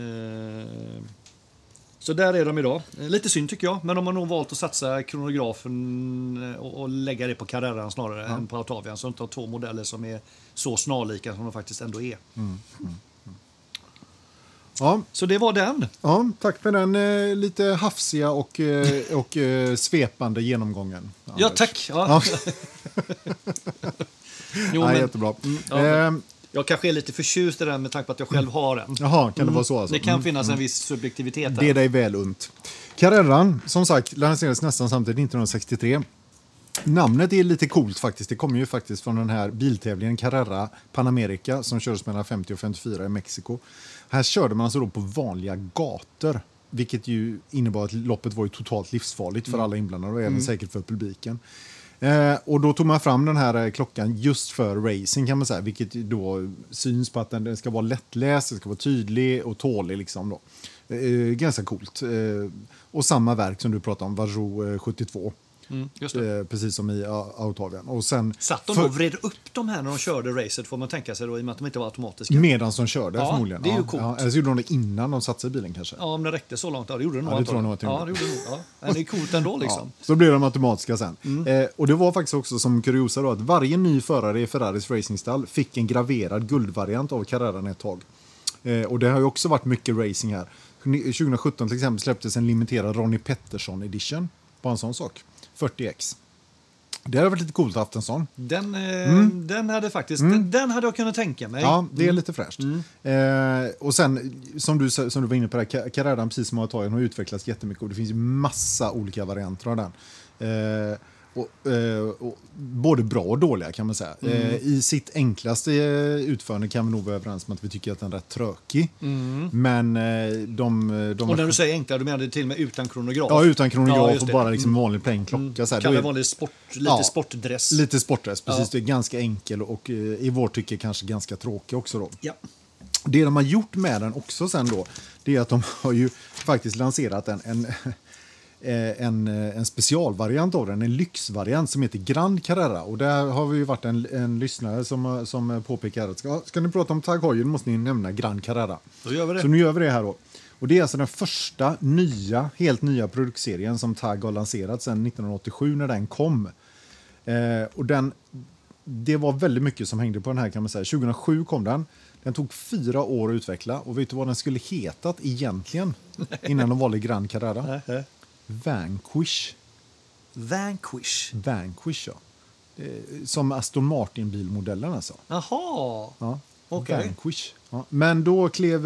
Så där är de idag. Lite synd tycker jag, men de har nog valt att satsa kronografen och lägga det på Carreran snarare än på Autavian. Så de inte har 2 modeller som är så snarlika som de faktiskt ändå är. Ja. Så det var den. Ja, tack för den lite hafsiga och svepande genomgången. Anders. Ja, tack. Ja. Jo, jättebra. Jag kanske är lite förtjust i den med tanke på att jag själv har den. Jaha, kan det vara så alltså? Det kan finnas en viss subjektivitet där. Det är dig väl unt. Carreran, som sagt, lanserades nästan samtidigt 1963. Namnet är lite coolt faktiskt. Det kommer ju faktiskt från den här biltävlingen Carrera Panamerica som kördes mellan 50 och 54 i Mexiko. Här körde man alltså då på vanliga gator, vilket ju innebar att loppet var ju totalt livsfarligt för alla inblandade och även säkert för publiken. Och då tog man fram den här klockan just för racing kan man säga, vilket då syns på att den ska vara lättläst, den ska vara tydlig och tålig liksom då. Ganska coolt. Och samma verk som du pratade om, Varjo 72. Just det. Precis som i Autoavian. Och sen satt de och vred upp de här när de körde racet, får man tänka sig då, i och med att de inte var automatiska. Medan de körde förmodligen. Det är ju coolt. Ja, eller så gjorde de det innan de satte sig i bilen kanske. Ja, om det räckte så långt. Ja, det gjorde det nog. Ja, det tror jag nog. Ja, det gjorde det nog. Ja. Det är coolt ändå liksom. Ja, så blev de automatiska sen. Och det var faktiskt också som kuriosa då att varje ny förare i Ferraris racingstall fick en graverad guldvariant av Carreran ett tag. Och det har ju också varit mycket racing här. 2017 till exempel släpptes en limiterad Ronnie Pettersson edition. Bara en sån sak. 40X. Det hade varit lite coolt att ha haft en sån. Den hade faktiskt den hade jag kunnat tänka mig. Ja, det är lite fräscht. Och sen, som du var inne på, det Carreran, precis som Autoavian, har utvecklats jättemycket och det finns ju massa olika varianter av den. Och både bra och dåliga kan man säga. I sitt enklaste utförande kan vi nog vara överens om att vi tycker att den är rätt trökig. Men och när du säger enkla, du menar det till och med utan kronograf? Ja, utan kronograf och bara liksom vanlig plain klocka. Kan det vara lite sportdress? Lite sportdress, precis. Det är ganska enkel och i vår tycke kanske ganska tråkig också då. Ja. Det de har gjort med den också sen då, det är att de har ju faktiskt lanserat en specialvariant av den, en lyxvariant som heter Grand Carrera. Och där har vi ju varit en lyssnare som påpekar att ska ni prata om Tag Heuer måste ni nämna Grand Carrera. Då gör vi det. Så nu gör vi det här då. Och det är alltså den första helt nya produktserien som Tag har lanserat sedan 1987 när den kom. Och det var väldigt mycket som hängde på den här kan man säga. 2007 kom den. Den tog 4 år att utveckla. Och vet du vad den skulle hetat egentligen innan de valde Grand Carrera? Vanquish. Vanquish, ja. Som Aston Martin-bilmodellen alltså. Jaha. Ja. Okay. Vanquish. Ja. Men då klev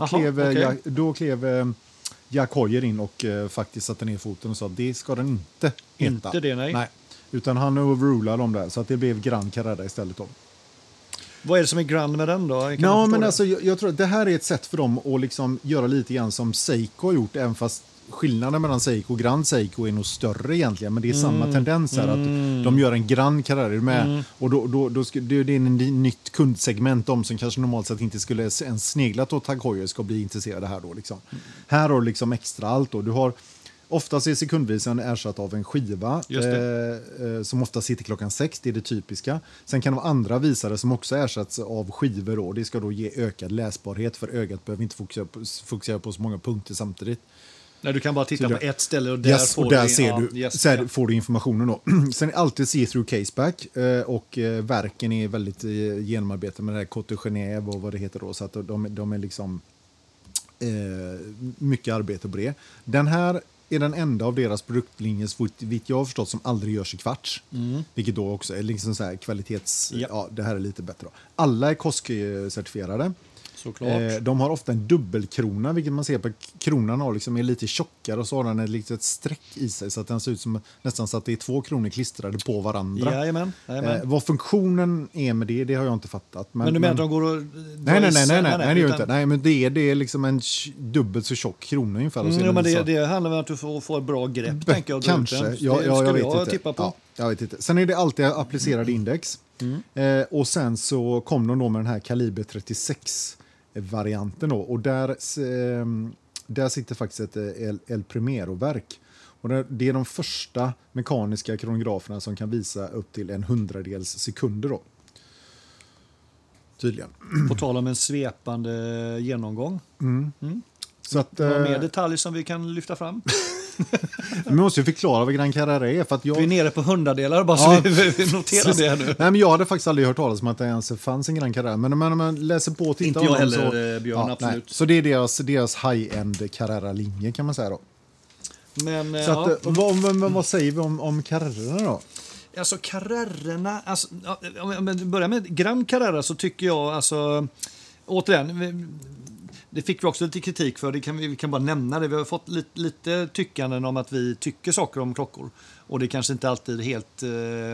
Jack Heuer in och faktiskt satte ner foten och sa att det ska den inte heta. Inte det, nej. Utan han overrulade dem där så att det blev Grand Carrera istället då. Vad är det som är grand med den då? Jag tror att det här är ett sätt för dem att liksom göra lite grann som Seiko har gjort, även fast skillnaden mellan Seiko och Grand Seiko är nog större egentligen, men det är samma tendens här att de gör en Grand Carrera med och då det är en nytt kundsegment, de som kanske normalt sett inte skulle ens sneglat åt Tag Heuer ska bli intresserade här då liksom. Här har du liksom extra allt då. Du har oftast är sekundvisaren ersatt av en skiva som ofta sitter klockan 6, det är det typiska. Sen kan det vara andra visare som också ersatts av skivor då. Det ska då ge ökad läsbarhet för ögat behöver inte fokusera på så många punkter samtidigt. Nej, du kan bara titta på ett ställe och där, får du informationen då. Sen är alltid see-through caseback och verken är väldigt genomarbetade med det här Cote Genève och vad det heter då, så att de är liksom mycket arbete på det. Den här är den enda av deras produktlinjer vitt jag har förstått som aldrig görs i kvarts. Vilket då också är liksom så här kvalitets... Ja, det här är lite bättre då. Alla är KOSK-certifierade. Såklart. De har ofta en dubbelkrona, vilket man ser på kronan har liksom är lite tjockare och så har den ett litet streck i sig så att den ser ut som nästan så att det är 2 kronor klistrade på varandra. Jajamän. Vad funktionen är med det har jag inte fattat. Men du menar att de går och... Nej, det gör inte. Nej, men det är liksom en dubbelt så tjock krona ungefär. Men det handlar om att du får bra grepp, tänker jag. Kanske. Jag vet inte. Tippa på. Ja, jag vet inte. Sen är det alltid applicerade index. Och sen så kom de då med den här kaliber 36-varianten då. Och där sitter faktiskt ett El Primero-verk. Och det är de första mekaniska kronograferna som kan visa upp till 100 sekunder då. Tydligen. På tal om en svepande genomgång. Så att, några mer detaljer som vi kan lyfta fram? Men måste ju förklara vad Gran Carrera är. För att jag... Vi är nere på 100-delar, bara så vi noterar det nu. Nej, men jag hade faktiskt aldrig hört talas om att det ens fanns en Gran Carrera. Men när man läser på och tittar inte jag heller, Björn, absolut. Så det är deras high-end Carrera-linje kan man säga då. Men, så att, vad säger vi om Carrerorna då? Alltså Carrerorna, alltså, om jag börjar med Gran Carrera så tycker jag, alltså, återigen, det fick vi också lite kritik för, vi kan bara nämna det. Vi har fått lite tyckanden om att vi tycker saker om klockor. Och det kanske inte alltid är helt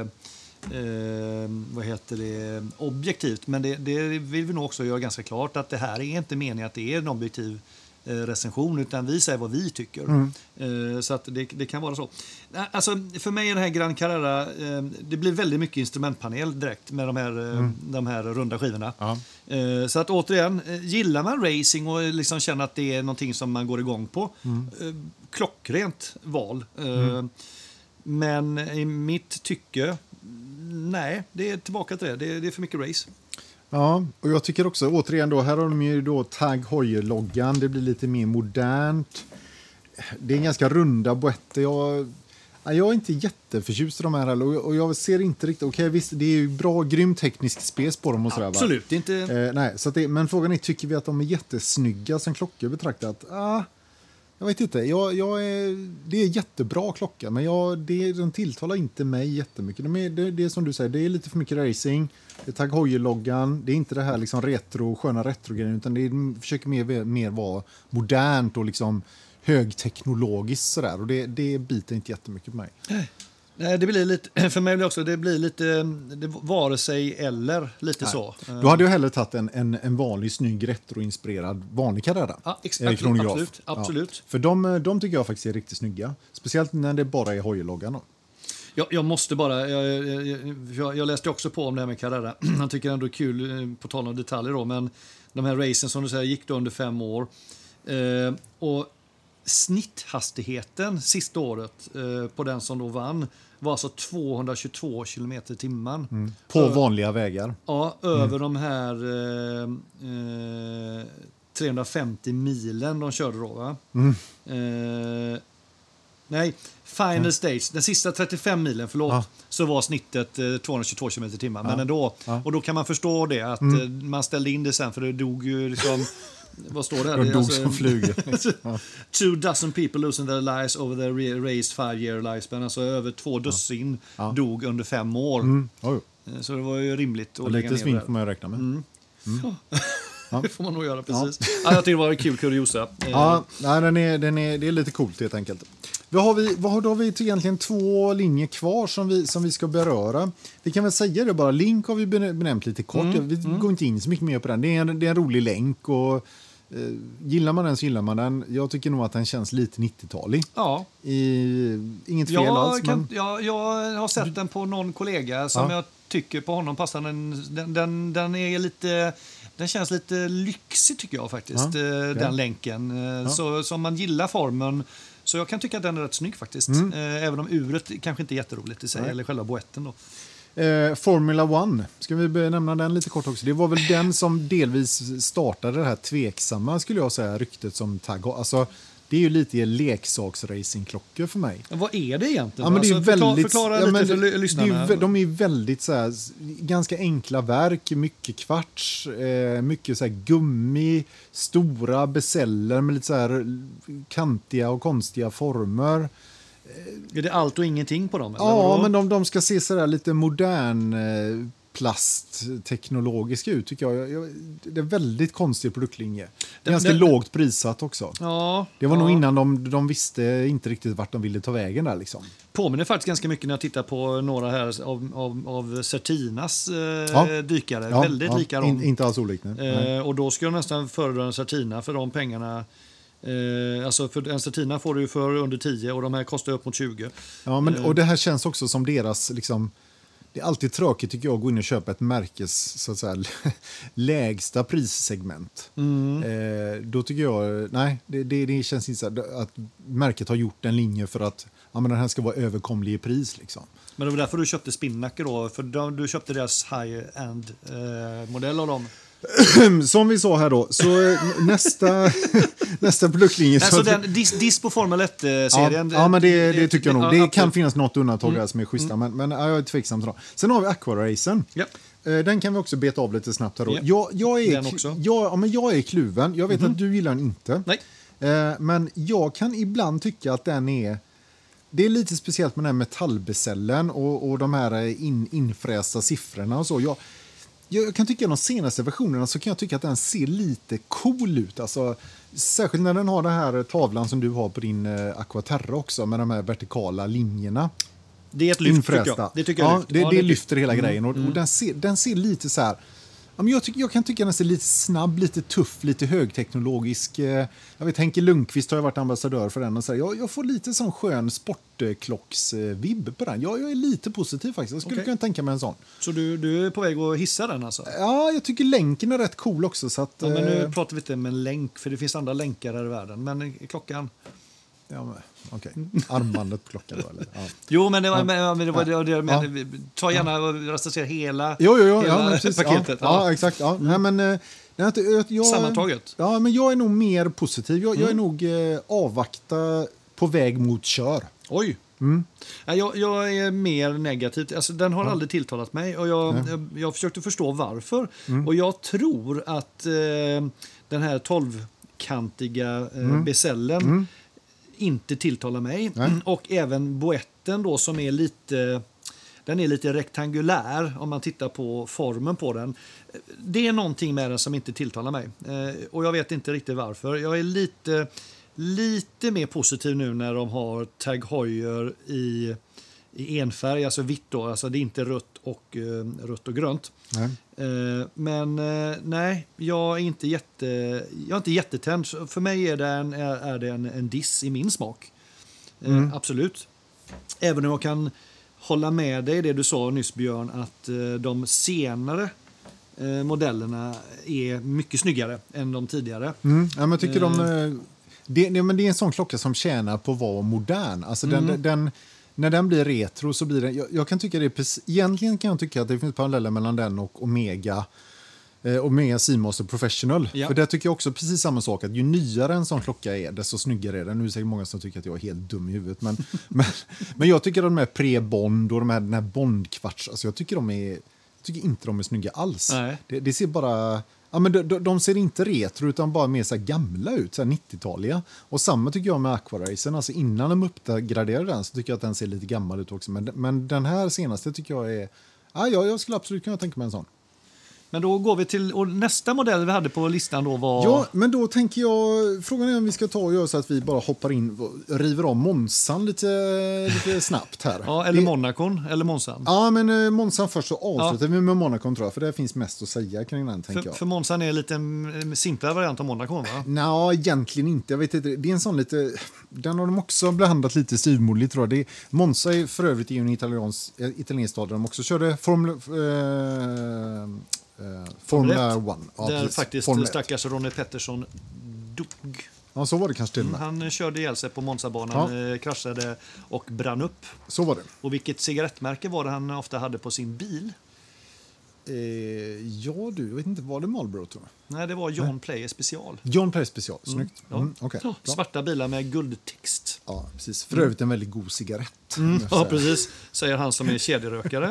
objektivt. Men det vill vi nog också göra ganska klart att det här är inte meningen att det är en objektiv recension, utan vi säger vad vi tycker. Så att det kan vara så. Alltså, för mig är det här Gran Carrera, det blir väldigt mycket instrumentpanel direkt med de här runda skivorna. Så att återigen, gillar man racing och liksom känner att det är någonting som man går igång på, klockrent val. Men i mitt tycke, nej, det är tillbaka till det. Det är för mycket race. Ja, och jag tycker också, återigen då, här har de ju då Tag Heuer-loggan, det blir lite mer modernt. Det är ganska runda boetter. Jag är inte jätteförtjust i de här och jag ser inte riktigt, okej, visst, det är ju bra, grym teknisk spes på dem och sådär. Absolut, inte... nej, så att men frågan är, tycker vi att de är jättesnygga som klockor betraktat? Jag vet inte, det är jättebra klocka, men den tilltalar inte mig jättemycket. Det är som du säger, det är lite för mycket racing. Det är Tag Heuer-loggan, det är inte det här liksom sköna retro-grejen, utan det försöker mer vara modernt och liksom högteknologiskt sådär. Och det biter inte jättemycket på mig. Nej, det blir lite, för mig också, det blir lite vare sig eller lite så. Då hade jag hellre tagit en vanlig snygg retroinspirerad vanlig Carrera. Ja, kronograf. Absolut. Ja. För de tycker jag faktiskt är riktigt snygga. Speciellt när det bara är Heuer-loggan då. Jag måste bara, jag läste också på om det här med Carrera. Jag tycker ändå det är kul, på tal om detaljer då, men de här racen som du säger gick då under 5 år. Och snitthastigheten sista året på den som då vann var alltså 222 kilometer i timmen. På vanliga vägar. Ja, över de här 350 milen de körde då, va? Nej, final stage, den sista 35 milen, så var snittet 222 km i timmen. Men ändå, och då kan man förstå det, att man ställde in det sen, för det dog ju liksom... Vad står det här? De dog som flugor. 2 people losing their lives over their raised 5-year lifespan. Alltså över 2 dussin dog under 5 år. Så det var ju rimligt att lägga ner. Lite svinn får man ju räkna med. Det får man nog göra, precis. Jag tycker det var en kul kuriosa. Det är lite coolt helt enkelt. Då har vi egentligen 2 linjer kvar som vi ska beröra. Vi kan väl säga det bara. Link har vi benämnt lite kort. Vi går inte in så mycket mer på den. Det är en rolig länk och gillar man den så gillar man den. Jag tycker nog att den känns lite 90-talig. Ja. Inget fel alls. Jag har sett den på någon kollega som jag tycker på honom passar. Den är lite... Den känns lite lyxig tycker jag faktiskt, den länken. Så om man gillar formen, så jag kan tycka att den är rätt snygg faktiskt. Även om uret kanske inte är jätteroligt i sig, eller själva boetten då. Formula 1, ska vi nämna den lite kort också. Det var väl den som delvis startade det här tveksamma, skulle jag säga, ryktet som Tag. Alltså, det är ju lite leksaksracingklockor för mig. Vad är det egentligen? Ja, men det är väldigt, förklara lite för lyssnarna. De är väldigt så här, ganska enkla verk, mycket kvarts, mycket så här gummi, stora bezeller med lite så här kantiga och konstiga former. Är det allt och ingenting på dem? Eller ja, men de ska se så där lite modern plastteknologiska ut tycker jag. Det är väldigt konstig produktlinje. Ganska lågt prissatt också. Ja, det var nog innan de visste inte riktigt vart de ville ta vägen där liksom. Påminner faktiskt ganska mycket när jag tittar på några här av Certinas dykare. Väldigt lika dem. Inte alls olikt. Och då ska jag nästan föredra en Certina för de pengarna. Alltså för en Certina får du för under 10 och de här kostar upp mot 20. Ja, men och det här känns också som deras liksom. Det är alltid tråkigt tycker jag att gå in och köpa ett märkes så att säga, lägsta prissegment. Då tycker jag, nej, det känns inte så att märket har gjort en linje för att men den här ska vara överkomlig i pris. Liksom. Men det var därför du köpte Spinnaker då? För du köpte deras high-end modell av dem? Som vi sa här då, så nästa produktlinje... Alltså den diss på Formel 1-serien... Ja, men det tycker jag nog. Det kan finnas något undantag där som är schyssta, men jag är tveksam till det. Sen har vi Aquaracen. Ja. Den kan vi också beta av lite snabbt här då. Ja. Jag är kluven. Jag vet att du gillar den inte. Nej. Men jag kan ibland tycka att den är... Det är lite speciellt med den här metallbecellen och de här infrästa siffrorna och så. Jag kan tycka att de senaste versionerna så kan jag tycka att den ser lite cool ut. Alltså, särskilt när den har den här tavlan som du har på din Aquaterra också med de här vertikala linjerna. Det är ett lyft, tycker jag. Det tycker jag det lyfter hela grejen. Och den ser lite så här... Jag kan tycka att den ser lite snabb, lite tuff, lite högteknologisk. Jag vet, Henke Lundqvist har ju varit ambassadör för den. Och så jag får lite sån skön sportklocks-vibb på den. Jag är lite positiv faktiskt. Jag skulle kunna tänka mig en sån. Så du är på väg att hissa den alltså? Ja, jag tycker länken är rätt cool också. Så att, men nu pratar vi inte om en länk, för det finns andra länkar här i världen. Men klockan... Ja, men okej. Armbandet på klockan då, eller? Ja. Jo, men det var det jag menade. Ta gärna och recensera hela paketet. Ja, exakt. Ja. Nej, men, sammantaget. Ja, men jag är nog mer positiv. Jag är nog avvakta på väg mot kör. Oj. Ja, jag är mer negativ. Alltså, den har aldrig tilltalat mig. Och jag försökte förstå varför. Och jag tror att den här 12-kantiga becellen inte tilltalar mig. Och även boetten då som är lite rektangulär om man tittar på formen på den. Det är någonting med den som inte tilltalar mig. Och jag vet inte riktigt varför. Jag är lite mer positiv nu när de har Tag Heuer i enfärg, alltså vitt då. Alltså det är inte rött och grönt. Men nej, jag är inte jättetänd. För mig är det en diss i min smak. Absolut. Även om jag kan hålla med dig det du sa nyss, Björn, att de senare modellerna är mycket snyggare än de tidigare. Ja, men jag tycker men det är en sån klocka som tjänar på att vara modern. Alltså när den blir retro så blir den... Jag kan tycka egentligen kan jag tycka att det finns paralleller mellan den och Omega Seamaster Professional. Ja. För där tycker jag också precis samma sak, att ju nyare en sån klocka är, desto snyggare är den. Nu är det säkert många som tycker att jag är helt dum i huvudet. Men jag tycker att de här pre-Bond och den här Bond-kvarts, alltså jag tycker inte de är snygga alls. Det ser bara... Ja, men de ser inte retro utan bara mer så här gamla ut, så här 90-taliga. Och samma tycker jag med Aquaracen. Alltså innan de uppgraderar den så tycker jag att den ser lite gammal ut också. Men den här senaste tycker jag är... Ja, jag skulle absolut kunna tänka mig en sån. Men då går vi till... Och nästa modell vi hade på listan då var... Ja, men då tänker jag... Frågan är om vi ska ta och göra så att vi bara hoppar in och river om Monzan lite snabbt här. Ja, eller Monacon, eller Monzan. Ja, men Monzan först så avslutar vi med Monacon tror jag. För det finns mest att säga kring den, tänker jag. För Monzan är lite en simplare variant av Monacon, va? Nej, egentligen inte. Jag vet inte. Det är en sån lite... Den har de också behandlat lite styvmoderligt, tror jag. Monza är för övrigt en italiensk stad där de också körde Formula 1. Ja, där precis. Faktiskt stackars Ronnie Pettersson dog. Ja, så var det kanske till och med. Han körde ihjäl sig på Monza-banan, kraschade och brann upp. Så var det. Och vilket cigarettmärke var det han ofta hade på sin bil? Jag vet inte, var det Marlboro, tror jag? Nej, det var John Player Special. John Player Special, snyggt. Okay. Svarta bilar med guldtext. Ja, precis. För övrigt en väldigt god cigarett. Ja, precis. Säger han som är kedjerökare.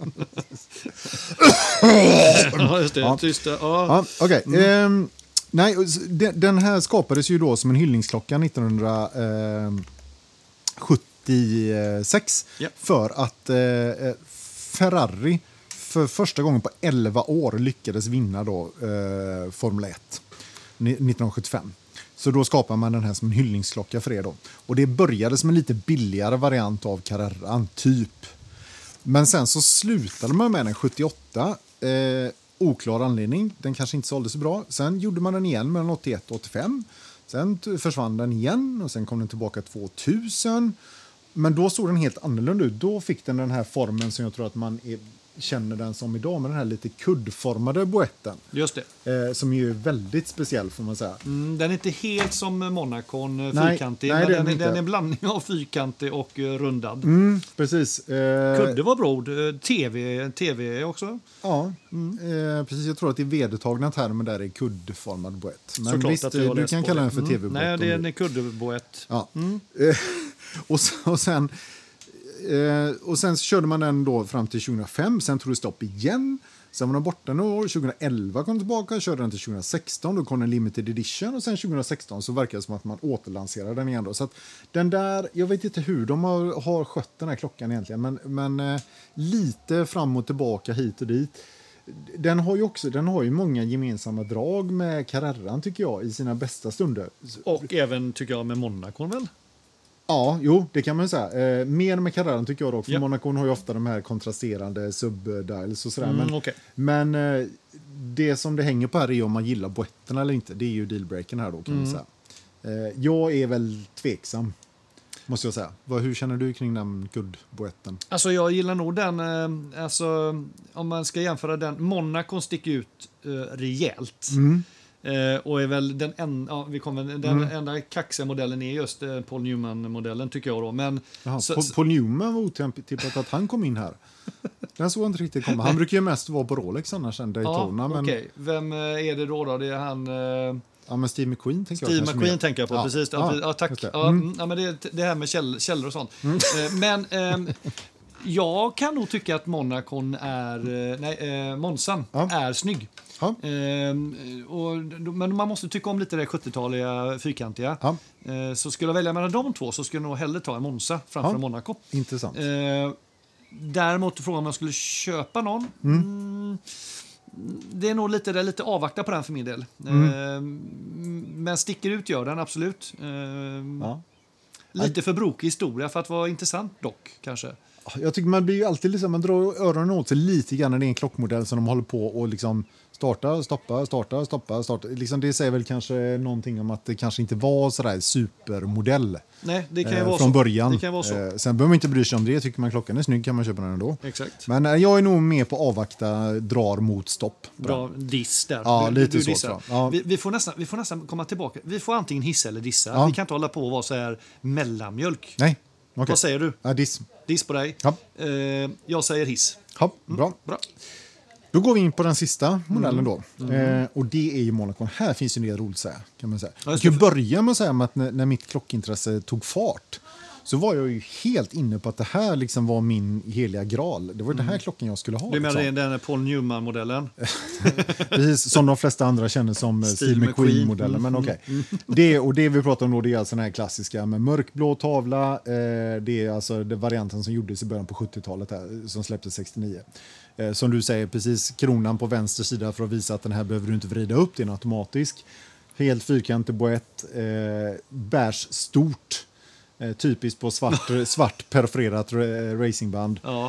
Ja, just det. Ja. Tysta. Ja, okej. Nej, den här skapades ju då som en hyllningsklocka 1976 för att Ferrari för första gången på 11 år lyckades vinna då Formel 1 1975. Så då skapar man den här som en hyllningsklocka för det då. Och det började som en lite billigare variant av Carreran, typ. Men sen så slutade man med den 78. Oklar anledning. Den kanske inte sålde så bra. Sen gjorde man den igen mellan 81 och 85. Sen försvann den igen och sen kom den tillbaka 2000. Men då såg den helt annorlunda ut. Då fick den här formen som jag tror att man är känner den som idag, med den här lite kuddformade boetten. Just det. Som ju är väldigt speciell, får man säga. Den är inte helt som Monacon fyrkantig, nej, men den är en blandning av fyrkantig och rundad. Precis. Kudde var bra. TV också. Ja, precis. Jag tror att det är vedertagna termer där är kuddformad boett. Men såklart visst, du kan kalla den för TV-boett. Nej, det är en kuddboett. Ja. Och sen körde man den då fram till 2005. Sen tog det stopp igen. Sen var den borta några år. 2011 kom den tillbaka. Körde den till 2016. Då kom den limited edition. Och sen 2016 så verkar det som att man återlanserade den igen. Då. Så att den där, jag vet inte hur de har skött den här klockan egentligen. Men lite fram och tillbaka hit och dit. Den har ju många gemensamma drag med Carreran, tycker jag, i sina bästa stunder. Och även, tycker jag, med Monacon väl? Ja, jo, det kan man säga. Mer med Carreran tycker jag dock. För Monacon har ju ofta de här kontrasterande subdials och sådär. Men det som det hänger på här är om man gillar boetterna eller inte. Det är ju dealbreakern här då, kan man säga. Jag är väl tveksam, måste jag säga. Hur känner du kring den kuddboetten? Alltså jag gillar nog den, om man ska jämföra den, Monacon sticker ut rejält. Och är väl den enda kaxiga modellen är just Paul Newman-modellen, tycker jag då. Men Paul Newman var otippat att han kom in här. Den såg inte riktigt komma. Han brukar ju mest vara på Rolex annars än Daytona. Men... Okej. Vem är det då? Det är han... Ja, men Steve McQueen tänker jag. Steve McQueen tänker jag på, precis. Ja, tack. Men det här med källor och sånt. Men jag kan nog tycka att Monacon Monzan är snygg. Ja. Men man måste tycka om lite det 70-taliga fyrkantiga. Ja. Så skulle jag välja mellan de två så skulle jag nog hellre ta en Monza framför en Monaco. Intressant. Däremot frågan om jag skulle köpa någon. Det är nog lite avvakta på den för min del. Men sticker ut gör den absolut. Lite för brokig historia för att vara intressant dock, kanske. Jag tycker man blir ju alltid liksom, man drar öronen åt sig lite grann när det är en klockmodell som de håller på och liksom starta. Liksom det säger väl kanske någonting om att det kanske inte var sådär supermodell. Nej, det kan ju vara från början. Det kan vara så. Sen behöver man inte bry sig om det. Tycker man klockan är snygg kan man köpa den ändå. Exakt. Men jag är nog med på avvakta, drar mot stopp. Bra diss där. Ja, lite så. Ja. Vi får nästan komma tillbaka. Vi får antingen hissa eller dissa. Ja. Vi kan inte hålla på och vara så här mellanmjölk. Nej. Okay. Vad säger du? Ja, diss. Diss på dig. Ja. Jag säger hiss. Ja, bra. Då går vi in på den sista modellen då. Och det är ju Monacon. Här finns ju en del roligt att säga, kan man säga. Jag ska börja med att säga att när mitt klockintresse tog fart så var jag ju helt inne på att det här liksom var min heliga graal. Det var den här klockan jag skulle ha. Du menar den Paul Newman-modellen? Precis, som de flesta andra känner som Steve McQueen-modellen. Men okej. Det vi pratar om då, det är alltså den här klassiska med mörkblå tavla. Det är alltså det varianten som gjordes i början på 70-talet här, som släpptes 69. Som du säger, precis kronan på vänster sida för att visa att den här behöver du inte vrida upp, det är en automatisk. Helt fyrkantig boett, bärs stort. Typiskt på svart perforerat racingband. Ja.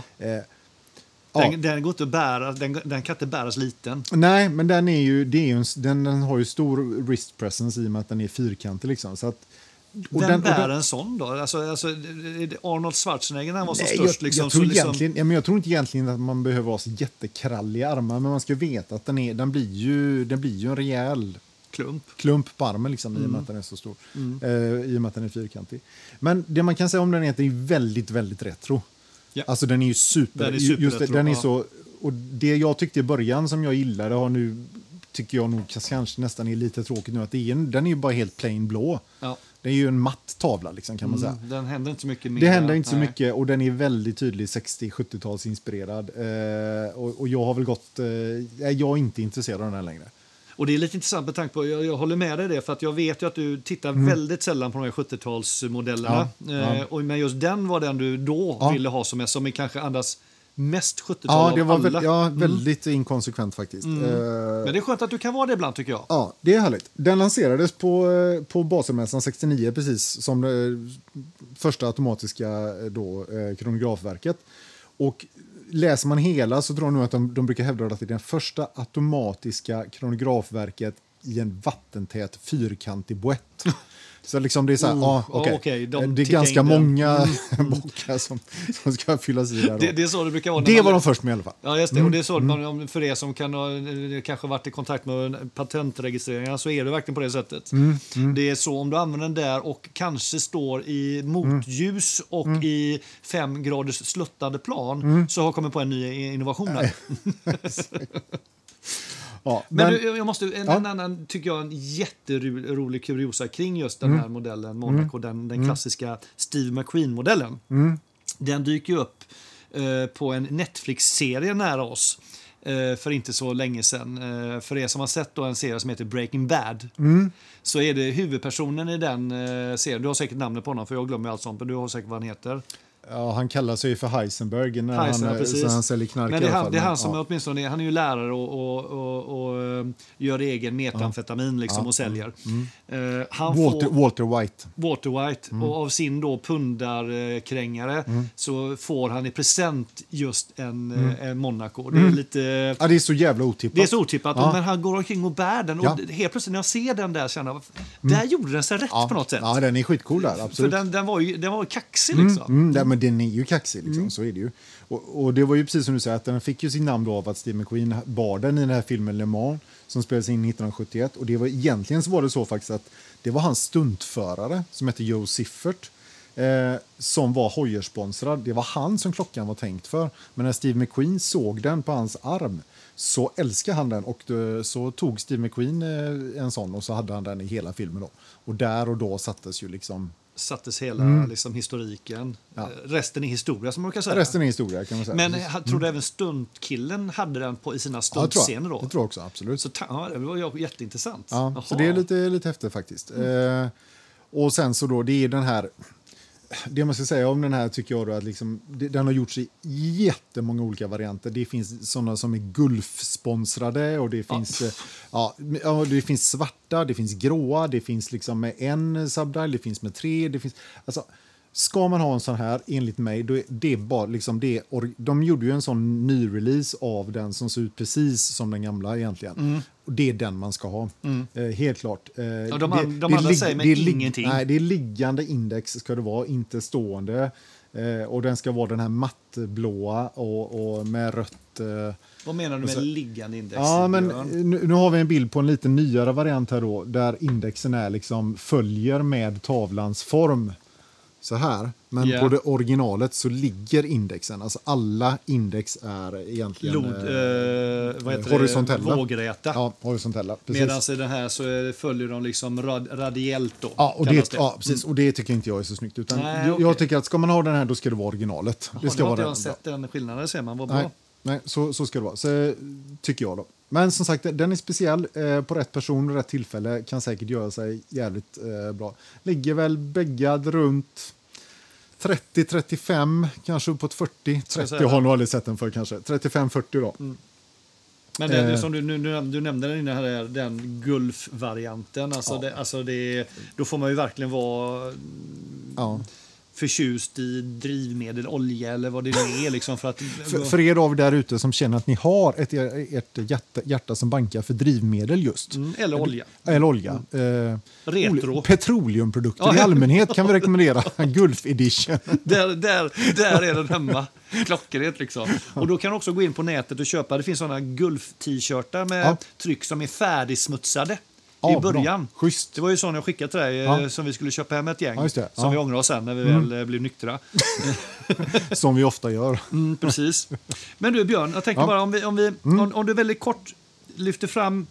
Den går inte att bära, den kan inte bäras liten. Nej, men den har ju stor wrist presence i och med att den är fyrkantig liksom. Så att, vem bär en sån då? Alltså Arnold Schwarzenegger när han var så störst. Jag tror inte egentligen att man behöver ha så jättekralliga armar, men man ska veta att den blir ju en rejäl klump på armen liksom, i och med att den är så stor. I och med att den är fyrkantig. Men det man kan säga om den är att den är väldigt, väldigt retro. Ja. Alltså den är ju superretro. Den är så, och det jag tyckte i början som jag gillade har nu, tycker jag nog kanske nästan är lite tråkigt nu, att den är ju bara helt plain blå. Ja. Det är ju en matt tavla liksom, kan man säga. Den händer inte så mycket mer. Det händer inte så mycket, och den är väldigt tydlig 60-70-tals inspirerad. Och jag har väl jag är inte intresserad av den här längre. Och det är lite intressant med tanke på, jag håller med dig det, för att jag vet ju att du tittar väldigt sällan på de här 70-talsmodellerna. Men just den var den du då ville ha som är kanske andas mest 70-tal det var av alla. Väldigt inkonsekvent faktiskt. Men det är skönt att du kan vara det ibland, tycker jag. Ja, det är härligt. Den lanserades på Baselmässan 69, precis som det första automatiska kronografverket. Och läser man hela så tror jag nog att de brukar hävda att det är den första automatiska kronografverket i en vattentät fyrkantig boett. Så liksom det är så här, okej, det är ganska många bockar som ska fyllas i där. Det är så det brukar vara. Det var de först med i alla fall. Ja, just det. Och det är så för er som kan ha kanske varit i kontakt med patentregistreringar, så är det verkligen på det sättet. Det är så, om du använder den där och kanske står i motljus och i 5 graders sluttande plan, så har kommit på en ny innovation där. Ja, men jag måste, en annan, tycker jag, en jätterolig kuriosa kring just den här modellen, Monaco, den klassiska Steve McQueen-modellen. Den dyker ju upp på en Netflix-serie nära oss för inte så länge sedan. För er som har sett då en serie som heter Breaking Bad, så är det huvudpersonen i den serien. Du har säkert namnet på honom, för jag glömmer allt sånt, men du har säkert vad han heter. Ja, han kallar sig för Heisenberg när han säljer knark. Men det är han som åtminstone, han är ju lärare och gör egen metamfetamin liksom, och säljer. Walter White. Och av sin då pundarkrängare så får han i present just en Monaco. Det är lite... Ja, det är så jävla otippat. Det är så otippat, men han går omkring och bär den. Och helt plötsligt när jag ser den där känner jag, där gjorde den sig rätt på något sätt. Ja, den är skitcool där, absolut. För den var kaxig liksom. Men den är ju kaxig liksom, så är det ju. Och det var ju precis som du säger, att den fick ju sin namn då av att Steve McQueen bar den i den här filmen Le Mans som spelades in 1971. Och det var, egentligen så var det så faktiskt att det var hans stuntförare som hette Joe Siffert som var Hoyer-sponsrad. Det var han som klockan var tänkt för. Men när Steve McQueen såg den på hans arm så älskade han den, och så tog Steve McQueen en sån och så hade han den i hela filmen då. Och där och då sattes hela liksom, historiken. Ja. Resten är historia, som man kan säga. Resten är historia, kan man säga. Men jag tror du även stuntkillen hade den i sina stuntscener då? Det tror jag också, absolut. Så det var jätteintressant. Ja, så det är lite häftigt faktiskt. Och sen så då, det är den här... Det man ska säga om den här, tycker jag då, att liksom, den har gjorts i jättemånga olika varianter. Det finns sådana som är Gulf-sponsrade, och det finns det finns svarta, det finns gråa, det finns liksom med en subdial, det finns med 3, det finns alltså. Ska man ha en sån här, enligt mig, då är det bara liksom de gjorde ju en sån ny release av den som ser ut precis som den gamla egentligen. Och det är den man ska ha. Helt klart. De andra säger mig ingenting. Nej, det är liggande index ska det vara, inte stående. Och den ska vara den här mattblåa och med rött. Vad menar du med liggande index? Ja, men nu har vi en bild på en lite nyare variant här då, där indexen är liksom följer med tavlans form. Så här, men på det originalet så ligger indexen, alltså alla index är egentligen horisontella. Vågräta. Ja, horisontella. Medan i den här så följer de liksom radiellt då. Ja, och precis. Och det tycker inte jag är så snyggt, utan jag tycker att ska man ha den här, då ska det vara originalet. Det ska vara jag sett den skillnaden, ser man, vad bra. Nej, så ska det vara. Så tycker jag då. Men som sagt, den är speciell, på rätt person och rätt tillfälle kan säkert göra sig jävligt bra. Ligger väl bäggad runt 30-35, kanske uppåt 40. 30 har nog aldrig sett den för, kanske. 35-40 då. Men det som du nämnde den Gulf-varianten, då får man ju verkligen vara förtjust i drivmedel, olja eller vad det nu är. Liksom, för er av där ute som känner att ni har ett hjärta som bankar för drivmedel just. Eller olja. Retro. Petroleumprodukter i allmänhet kan vi rekommendera. Gulf Edition. där är den hemma. Klockrent liksom. Och då kan du också gå in på nätet och köpa. Det finns sådana Gulf-t-shirtar med tryck som är färdigsmutsade. I början. Det var ju sån jag skickade till dig som vi skulle köpa hem ett gäng. Som vi ångrar oss sen när vi väl blev nyktra. Som vi ofta gör. Precis. Men du Björn, jag tänkte bara om du väldigt kort lyfter fram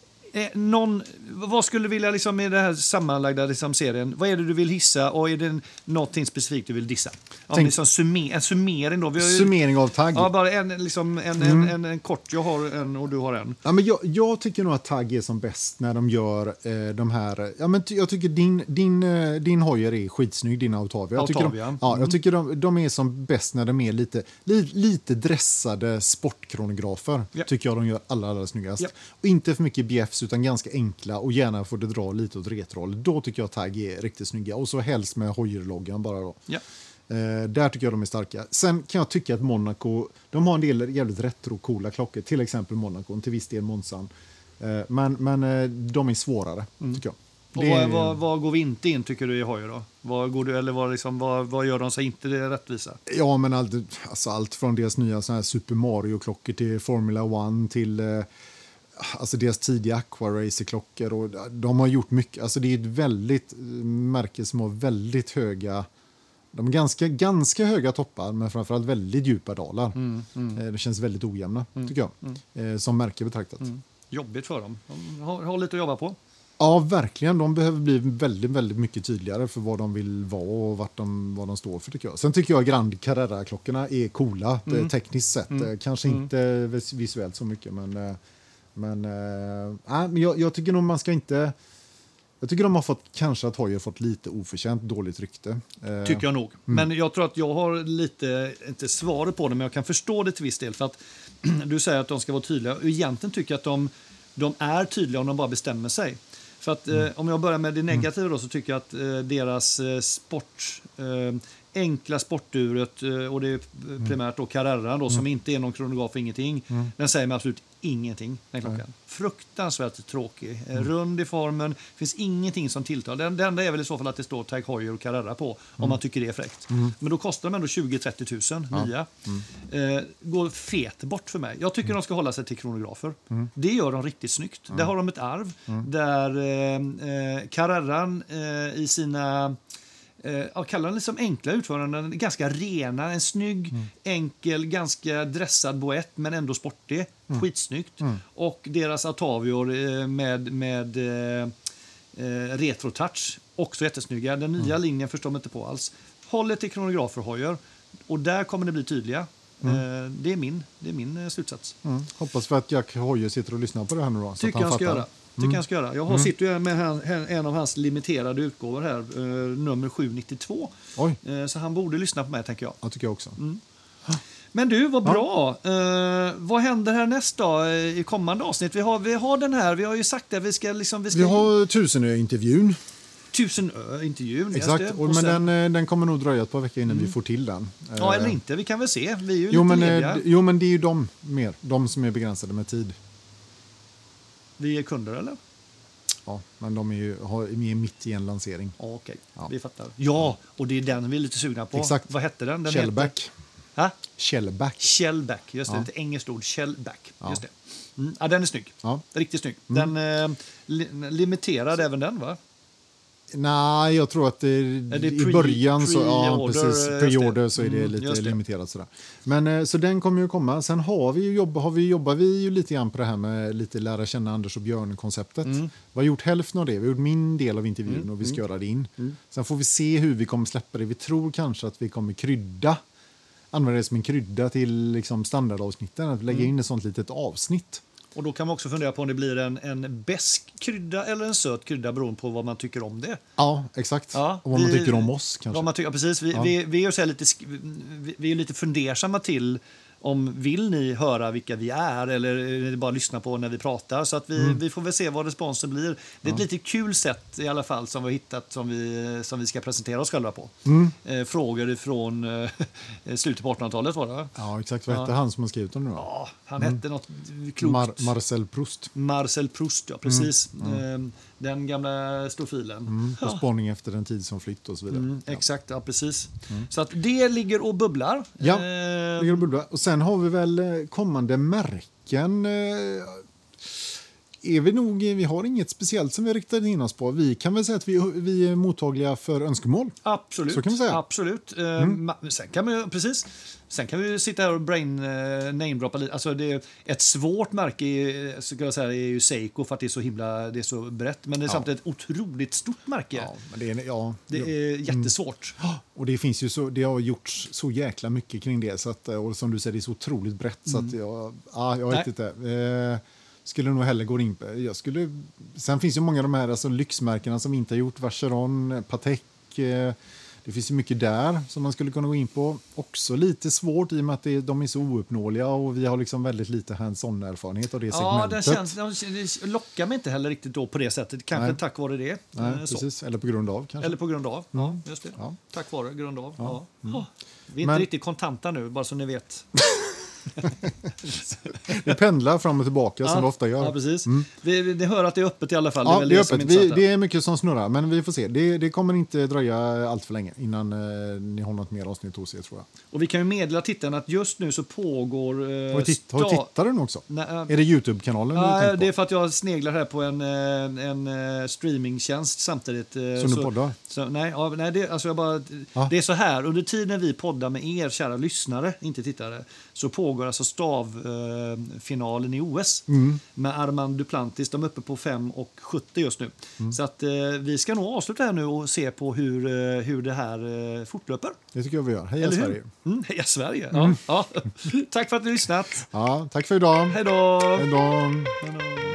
vad skulle du vilja liksom, med den här sammanlagda liksom, serien, vad är det du vill hissa och är det någonting specifikt du vill dissa? Liksom en summering då. Summering av tagg. Ja, bara en kort. Jag har en och du har en. Ja, men jag tycker nog att tagg är som bäst när de gör de här. Ja, men jag tycker din Hoyer är skitsnygg, din Autavia. Jag tycker de är som bäst när de är lite dressade sportkronografer. Tycker jag de gör allra snyggast. Och inte för mycket bjäfs, utan ganska enkla, och gärna får det dra lite åt retroll. Då tycker jag tagg är riktigt snygga. Och så helst med Hoyer-loggan bara då. Där tycker jag de är starka. Sen kan jag tycka att Monaco, de har en del jävligt retro-coola klockor. Till exempel Monaco, till viss del Monzan. Men de är svårare, tycker jag. Och vad går vi inte in tycker du i Heuer då? Vad gör de sig inte rättvisa? Ja, men allt från deras nya så här Super Mario-klockor till Formula 1 till alltså deras tidiga Aqua-racer-klockor. Och de har gjort mycket. Alltså det är ett väldigt märke som har väldigt höga... De är ganska höga toppar, men framförallt väldigt djupa dalar. Det känns väldigt ojämna, tycker jag. Som märke betraktat. Jobbigt för dem. De har lite att jobba på. Ja, verkligen. De behöver bli väldigt, väldigt mycket tydligare för vad de vill vara och vad de står för, tycker jag. Sen tycker jag Grand Carrera-klockorna är coola, tekniskt sett. Kanske inte visuellt så mycket, men jag tycker nog man ska inte... Jag tycker de har kanske att Heuer fått lite oförtjänt dåligt rykte. Tycker jag nog. Men jag tror att jag har lite, inte svaret på det, men jag kan förstå det till viss del. För att du säger att de ska vara tydliga. Och egentligen tycker jag att de är tydliga om de bara bestämmer sig. För att om jag börjar med det negativa då, så tycker jag att deras enkla sporturet, och det är primärt då Carrera då, som inte är någon kronograf och ingenting, den säger mig absolut ingenting, den klockan. Fruktansvärt tråkig. Rund i formen, finns ingenting som tilltar. Det enda är väl i så fall att det står Tag Heuer och Carrera på, om man tycker det är fräckt. Men då kostar de ändå 20-30 000 nya. Går fet bort för mig. Jag tycker de ska hålla sig till kronografer. Det gör de riktigt snyggt. Där har de ett arv där Carreran i sina kallar den liksom enkla utföranden, ganska rena, en snygg, enkel, ganska dressad boett, men ändå sportig, skitsnyggt. Och deras Atavior med retro-touch, också jättesnygga. Den nya linjen förstår man inte på alls. Håller till kronografer Heuer, och där kommer det bli tydliga. Det är min slutsats. Hoppas för att Jack Heuer sitter och lyssnar på det här nu då. Tycker han ska göra. Jag sitter ju med en av hans limiterade utgåvor här, nummer 792. Oj. Så han borde lyssna på mig, tänker jag. Ja, tycker jag också. Men du, vad bra. Vad händer här nästa i kommande avsnitt? Vi har den här, vi har ju sagt att vi ska... Vi har 1000-intervjun. 1000-intervjun, exakt. Men sen... den kommer nog dröja ett par veckor innan vi får till den. Ja, eller inte. Vi kan väl se. Vi är ju lite lediga. Men det är ju de som är begränsade med tid. Vi är kunder, eller? Ja, men de är mitt i en lansering. Okej, vi fattar. Ja, och det är den vi är lite sugna på. Exakt. Vad hette den? Shellback. Shellback, just det. Ett engelskt ord. Shellback, just det. Ja, den är snygg. Ja. Riktigt snygg. Den limiterad även den, va? Nej, jag tror att i början pre-order så är det lite limiterat sådär. Men så den kommer ju komma. Sen jobbar vi ju lite grann på det här med lite lära känna Anders och Björn-konceptet. Vi har gjort hälften av det. Vi har gjort min del av intervjun och vi ska göra det in. Sen får vi se hur vi kommer släppa det. Vi tror kanske att vi kommer använda det som en krydda till liksom standardavsnitten. Att lägga in ett sånt litet avsnitt. Och då kan man också fundera på om det blir en besk krydda eller en söt krydda beroende på vad man tycker om det. Ja, exakt. Ja, och vad man tycker om oss kanske. Vad man tycker, precis. Vi är lite fundersamma till om vill ni höra vilka vi är eller bara lyssna på när vi pratar. Så att vi får väl se vad responsen blir. Det är ett lite kul sätt i alla fall som vi har hittat som vi ska presentera oss själva på. Frågor från slutet på 1800-talet var det. Ja, exakt. Vad hette han som har skrivit dem nu då? Ja, han hette något klokt. Marcel Proust. Marcel Proust, ja, precis. Den gamla stofilen. På spaning efter den tid som flytt och så vidare. Exakt, ja, precis. Så att det ligger och bubblar. Ja, ligger och bubblar. Och sen har vi väl kommande märken. Vi har inget speciellt som vi riktar in oss på. Vi kan väl säga att vi är mottagliga för önskemål. Absolut. Så kan vi säga. Absolut. Sen kan vi sitta här och namedroppa lite. Alltså ett svårt märke ska jag säga, är ju Seiko för att det är så brett. Men det är samtidigt ett otroligt stort märke. Ja, men det är jättesvårt. Och det finns ju det har gjorts så jäkla mycket kring det. Så att, och som du säger, det är så otroligt brett. Så att jag vet inte. Skulle nog hellre gå in på. Sen finns ju många av de här lyxmärkena som inte har gjort. Vacheron, Patek. Det finns ju mycket där som man skulle kunna gå in på. Också lite svårt i och med att de är så ouppnåeliga och vi har liksom väldigt lite hands-on-erfarenhet av det segmentet. Ja, det lockar mig inte heller riktigt då på det sättet. Kanske tack vare det. Nej, precis. Eller på grund av kanske. Eller på grund av, ja, just det. Ja. Tack vare, grund av. Ja. Vi är inte riktigt kontanta nu, bara så ni vet. Det pendlar fram och tillbaka som det ofta gör. Ja, precis. Det hör att det är öppet i alla fall. Ja, det är öppet. Det är mycket som snurrar, men vi får se. Det kommer inte dröja allt för länge innan ni har något mer avsnitt hos er, tror jag. Och vi kan ju meddela tittarna att just nu så pågår... Tittar du nu också? Är det YouTube-kanalen? Ja, det är för att jag sneglar här på en streamingtjänst samtidigt. Som du poddar? Det är så här, under tiden vi poddar med er, kära lyssnare, inte tittare, så pågår alltså stavfinalen i OS med Armand Duplantis. De är uppe på 5,70 just nu. Så att vi ska nog avsluta här nu och se på hur det här fortlöper. Det tycker jag vi gör. Heja Sverige. Heja Sverige. Ja. Tack för att ni har lyssnat. Ja, tack för idag. Hej då. Hej då.